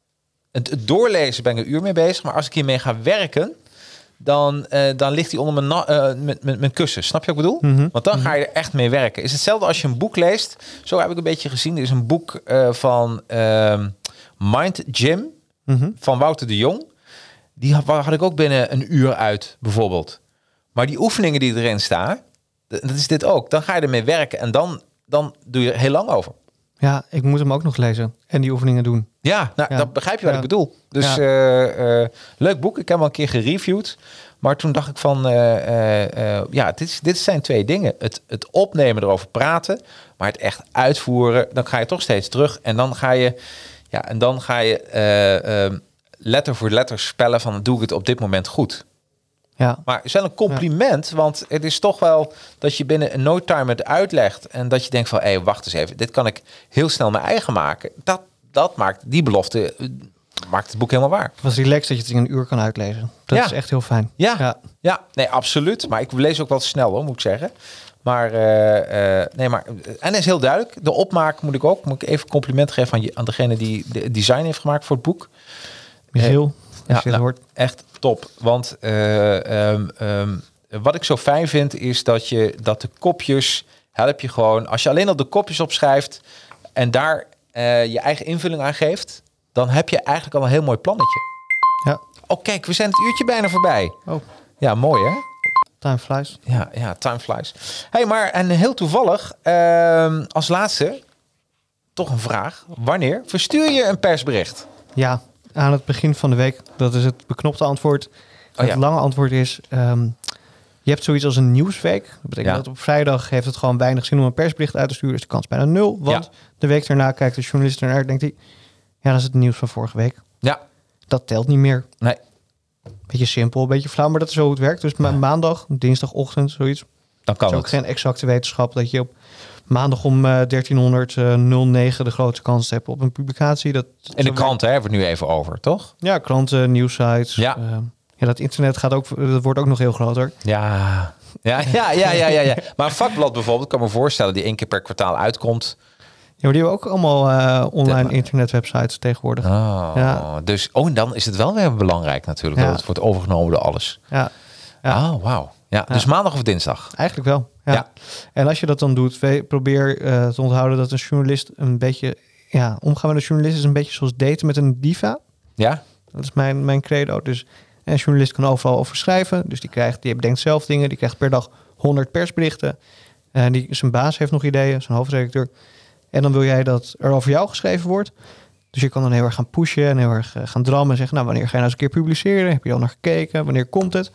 Het, het doorlezen ben ik een uur mee bezig, maar als ik hiermee ga werken, dan, uh, dan ligt hij onder mijn, na- uh, mijn, mijn, mijn kussen. Snap je wat ik bedoel? Mm-hmm. Want dan ga je er echt mee werken. Is hetzelfde als je een boek leest. Zo heb ik een beetje gezien. Er is een boek uh, van uh, Mind Gym mm-hmm. van Wouter de Jong. Die had, had ik ook binnen een uur uit, bijvoorbeeld. Maar die oefeningen die erin staan, dat is dit ook. Dan ga je ermee werken en dan, dan doe je er heel lang over. Ja, ik moet hem ook nog lezen en die oefeningen doen. Ja, nou, Ja. dat begrijp je wat Ja. ik bedoel. Dus Ja. uh, uh, leuk boek. Ik heb hem al een keer gereviewd. Maar toen dacht ik van, uh, uh, uh, ja, dit, is, dit zijn twee dingen. Het, het opnemen, erover praten, maar het echt uitvoeren, dan ga je toch steeds terug. En dan ga je, ja, en dan ga je uh, uh, letter voor letter spellen van, doe ik het op dit moment goed? Ja, Maar het is wel een compliment, want het is toch wel dat je binnen een no time het uitlegt en dat je denkt van, hé, hey, wacht eens even, dit kan ik heel snel mijn eigen maken. Dat, dat maakt die belofte, uh, maakt het boek helemaal waar. het was relaxed dat je het in een uur kan uitlezen. Dat Ja. is echt heel fijn. Ja, ja, Ja. nee, absoluut. Maar ik lees ook wel snel, hoor, moet ik zeggen. Maar, uh, uh, nee, maar, en het is heel duidelijk. De opmaak moet ik ook, moet ik even compliment geven aan, je, aan degene die de design heeft gemaakt voor het boek. Michiel, als Ja, je het nou, hoort. echt top. Want uh, um, um, wat ik zo fijn vind, is dat je dat de kopjes help je gewoon. Als je alleen al de kopjes opschrijft en daar uh, je eigen invulling aan geeft, dan heb je eigenlijk al een heel mooi plannetje. Ja. Oh, kijk, we zijn het uurtje bijna voorbij. Oh, Ja, mooi hè? time flies. Ja, ja, time flies. Hey, maar en heel toevallig, uh, als laatste, toch een vraag. Wanneer verstuur je een persbericht? Ja, aan het begin van de week. Dat is het beknopte antwoord. Oh, het ja. lange antwoord is, um, je hebt zoiets als een nieuwsweek. Dat betekent Ja. dat op vrijdag heeft het gewoon weinig zin om een persbericht uit te sturen. Dus de kans bijna nul. Want Ja. de week daarna kijkt de journalist ernaar en denkt hij, ja, dat is het nieuws van vorige week. Ja, Dat telt niet meer. nee. Beetje simpel, een beetje flauw, maar dat is zo hoe het werkt. Dus ma- maandag, dinsdagochtend, zoiets. Dan kan Het is ook het. geen exacte wetenschap dat je op maandag om uh, dertienhonderd negen de grootste kans hebt op een publicatie. Dat, In de zo krant hè, hebben we het nu even over, toch? werkt- Ja, kranten, nieuwsites. Ja. Uh, ja, dat internet gaat ook, dat wordt ook nog heel groter. Ja. Ja, ja, ja, ja, ja, ja. Maar een vakblad bijvoorbeeld, kan me voorstellen, die één keer per kwartaal uitkomt. Ja, maar die hebben ook allemaal uh, online De- internetwebsites tegenwoordig. Oh, Ja. dus, oh, en dan is het wel weer belangrijk natuurlijk, Ja. dat het wordt overgenomen door alles. Ja, Ja. Oh, wauw. Ja, dus maandag of dinsdag? eigenlijk wel. Ja. Ja. En als je dat dan doet, we- probeer uh, te onthouden dat een journalist een beetje... Ja, omgaan met een journalist is een beetje zoals daten met een diva. Ja? Dat is mijn, mijn credo. Dus een journalist kan overal over schrijven. Dus die krijgt, die bedenkt zelf dingen. Die krijgt per dag honderd persberichten. En die, zijn baas heeft nog ideeën, zijn hoofdredacteur. En dan wil jij dat er over jou geschreven wordt. Dus je kan dan heel erg gaan pushen en heel erg uh, gaan drammen. En zeggen, nou, wanneer ga je nou eens een keer publiceren? Heb je al naar gekeken? Wanneer komt het?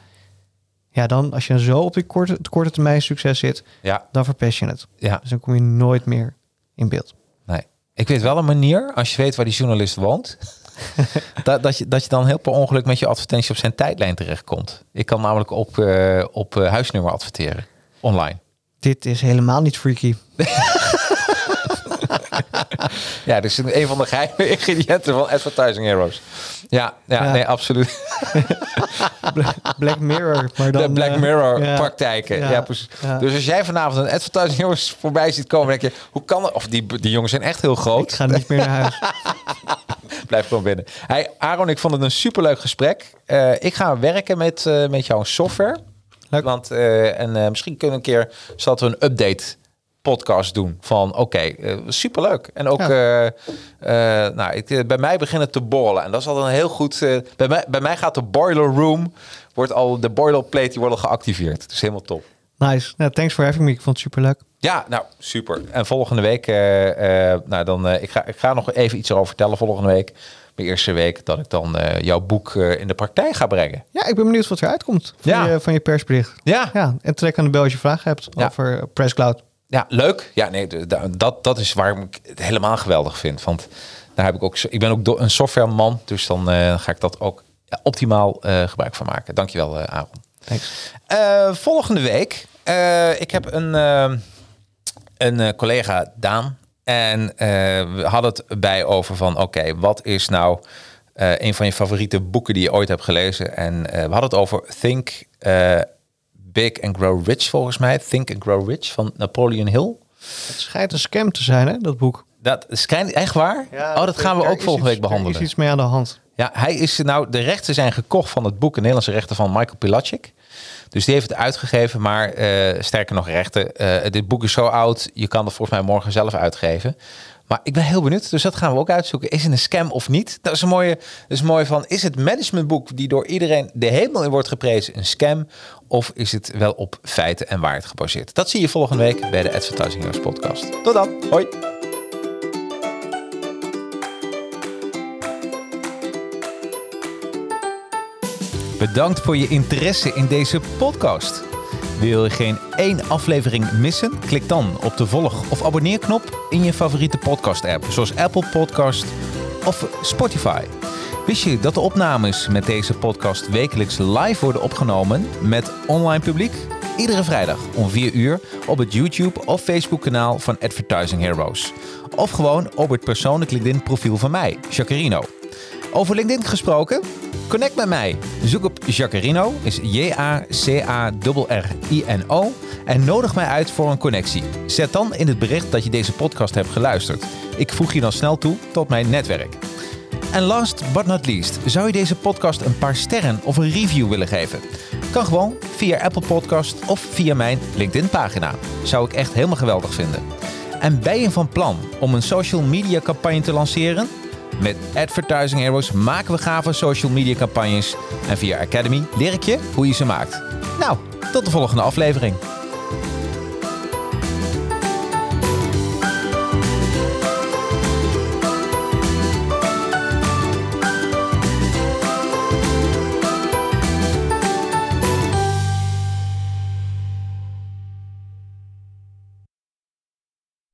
Ja, dan als je zo op die korte, korte termijn succes zit, Ja. dan verpest je het. Ja. Dus dan kom je nooit meer in beeld. Nee. Ik weet wel een manier, als je weet waar die journalist woont, dat, dat, je, dat je dan heel per ongeluk met je advertentie op zijn tijdlijn terechtkomt. Ik kan namelijk op, uh, op uh, huisnummer adverteren, online. Dit is helemaal niet freaky. Ja, dus een van de geheime ingrediënten van Advertising Heroes. Ja, ja, Ja. nee, absoluut. Black Mirror. Maar dan, De Black uh, Mirror ja. praktijken. Ja, Ja. precies. Ja. Dus als jij vanavond een Advertising Heroes voorbij ziet komen, denk je, hoe kan dat? Of die, die jongens zijn echt heel groot. Ik ga niet meer naar huis. Blijf gewoon binnen. Hey, Aaron, ik vond het een superleuk gesprek. Uh, ik ga werken met, uh, met jouw software. Leuk. Want, uh, en uh, misschien kunnen we een keer zodat we een update podcast doen van oké, okay, uh, superleuk. En ook, ja. uh, uh, nou, ik, uh, bij mij begint het te borrelen. En dat is altijd een heel goed... Uh, bij, mij, bij mij gaat de boiler room, wordt al de boilerplate, die wordt al geactiveerd. Dus helemaal top. Nice. Nou, thanks for having me. Ik vond het superleuk. Ja, nou, super. En volgende week, uh, uh, nou dan, uh, ik, ga, ik ga nog even iets erover vertellen volgende week. Mijn eerste week dat ik dan uh, jouw boek uh, in de praktijk ga brengen. Ja, ik ben benieuwd wat eruit komt van, Ja. je, van je persbericht. Ja. Ja, en trek aan de bel als je vragen hebt Ja. over PressCloud. Ja, leuk. Ja, nee, dat, dat is waarom ik het helemaal geweldig vind. Want daar heb ik ook, ik ben ook een softwareman, dus dan uh, ga ik dat ook ja, optimaal uh, gebruik van maken. Dankjewel, uh, Aaron. Thanks. Uh, volgende week, uh, ik heb een, uh, een uh, collega, Daan. En uh, we hadden het bij over van, oké, okay, wat is nou Uh, een van je favoriete boeken die je ooit hebt gelezen. En uh, we hadden het over Think uh, Big and Grow Rich, volgens mij. Think and Grow Rich van Napoleon Hill. Het schijnt een scam te zijn, hè, dat boek. Dat schijnt echt waar? Ja, oh, dat gaan we ook volgende week behandelen. Er is iets mee aan de hand. Ja, hij is nou, de rechten zijn gekocht van het boek, de Nederlandse rechten van Michael Pilatschik. Dus die heeft het uitgegeven, maar uh, sterker nog rechten. Uh, dit boek is zo oud, je kan het volgens mij morgen zelf uitgeven. Maar ik ben heel benieuwd, dus dat gaan we ook uitzoeken. Is het een scam of niet? Dat is een mooie, dat is mooi van, is het managementboek die door iedereen de hemel in wordt geprezen een scam? Of is het wel op feiten en waarheid gebaseerd? Dat zie je volgende week bij de Advertising Heroes podcast. Tot dan, hoi! Bedankt voor je interesse in deze podcast. Wil je geen één aflevering missen? Klik dan op de volg- of abonneerknop in je favoriete podcast-app, zoals Apple Podcast of Spotify. Wist je dat de opnames met deze podcast wekelijks live worden opgenomen met online publiek? Iedere vrijdag om vier uur op het YouTube of Facebook kanaal van Advertising Heroes. Of gewoon op het persoonlijk LinkedIn profiel van mij, Jacarino. Over LinkedIn gesproken? Connect met mij. Zoek op Jacarino, is J A C A R R I N O, en nodig mij uit voor een connectie. Zet dan in het bericht dat je deze podcast hebt geluisterd. Ik voeg je dan snel toe tot mijn netwerk. En last but not least, zou je deze podcast een paar sterren of een review willen geven? Kan gewoon via Apple Podcast of via mijn LinkedIn pagina. Zou ik echt helemaal geweldig vinden. En ben je van plan om een social media campagne te lanceren? Met Advertising Heroes maken we gave social media campagnes. En via Academy leer ik je hoe je ze maakt. Nou, tot de volgende aflevering.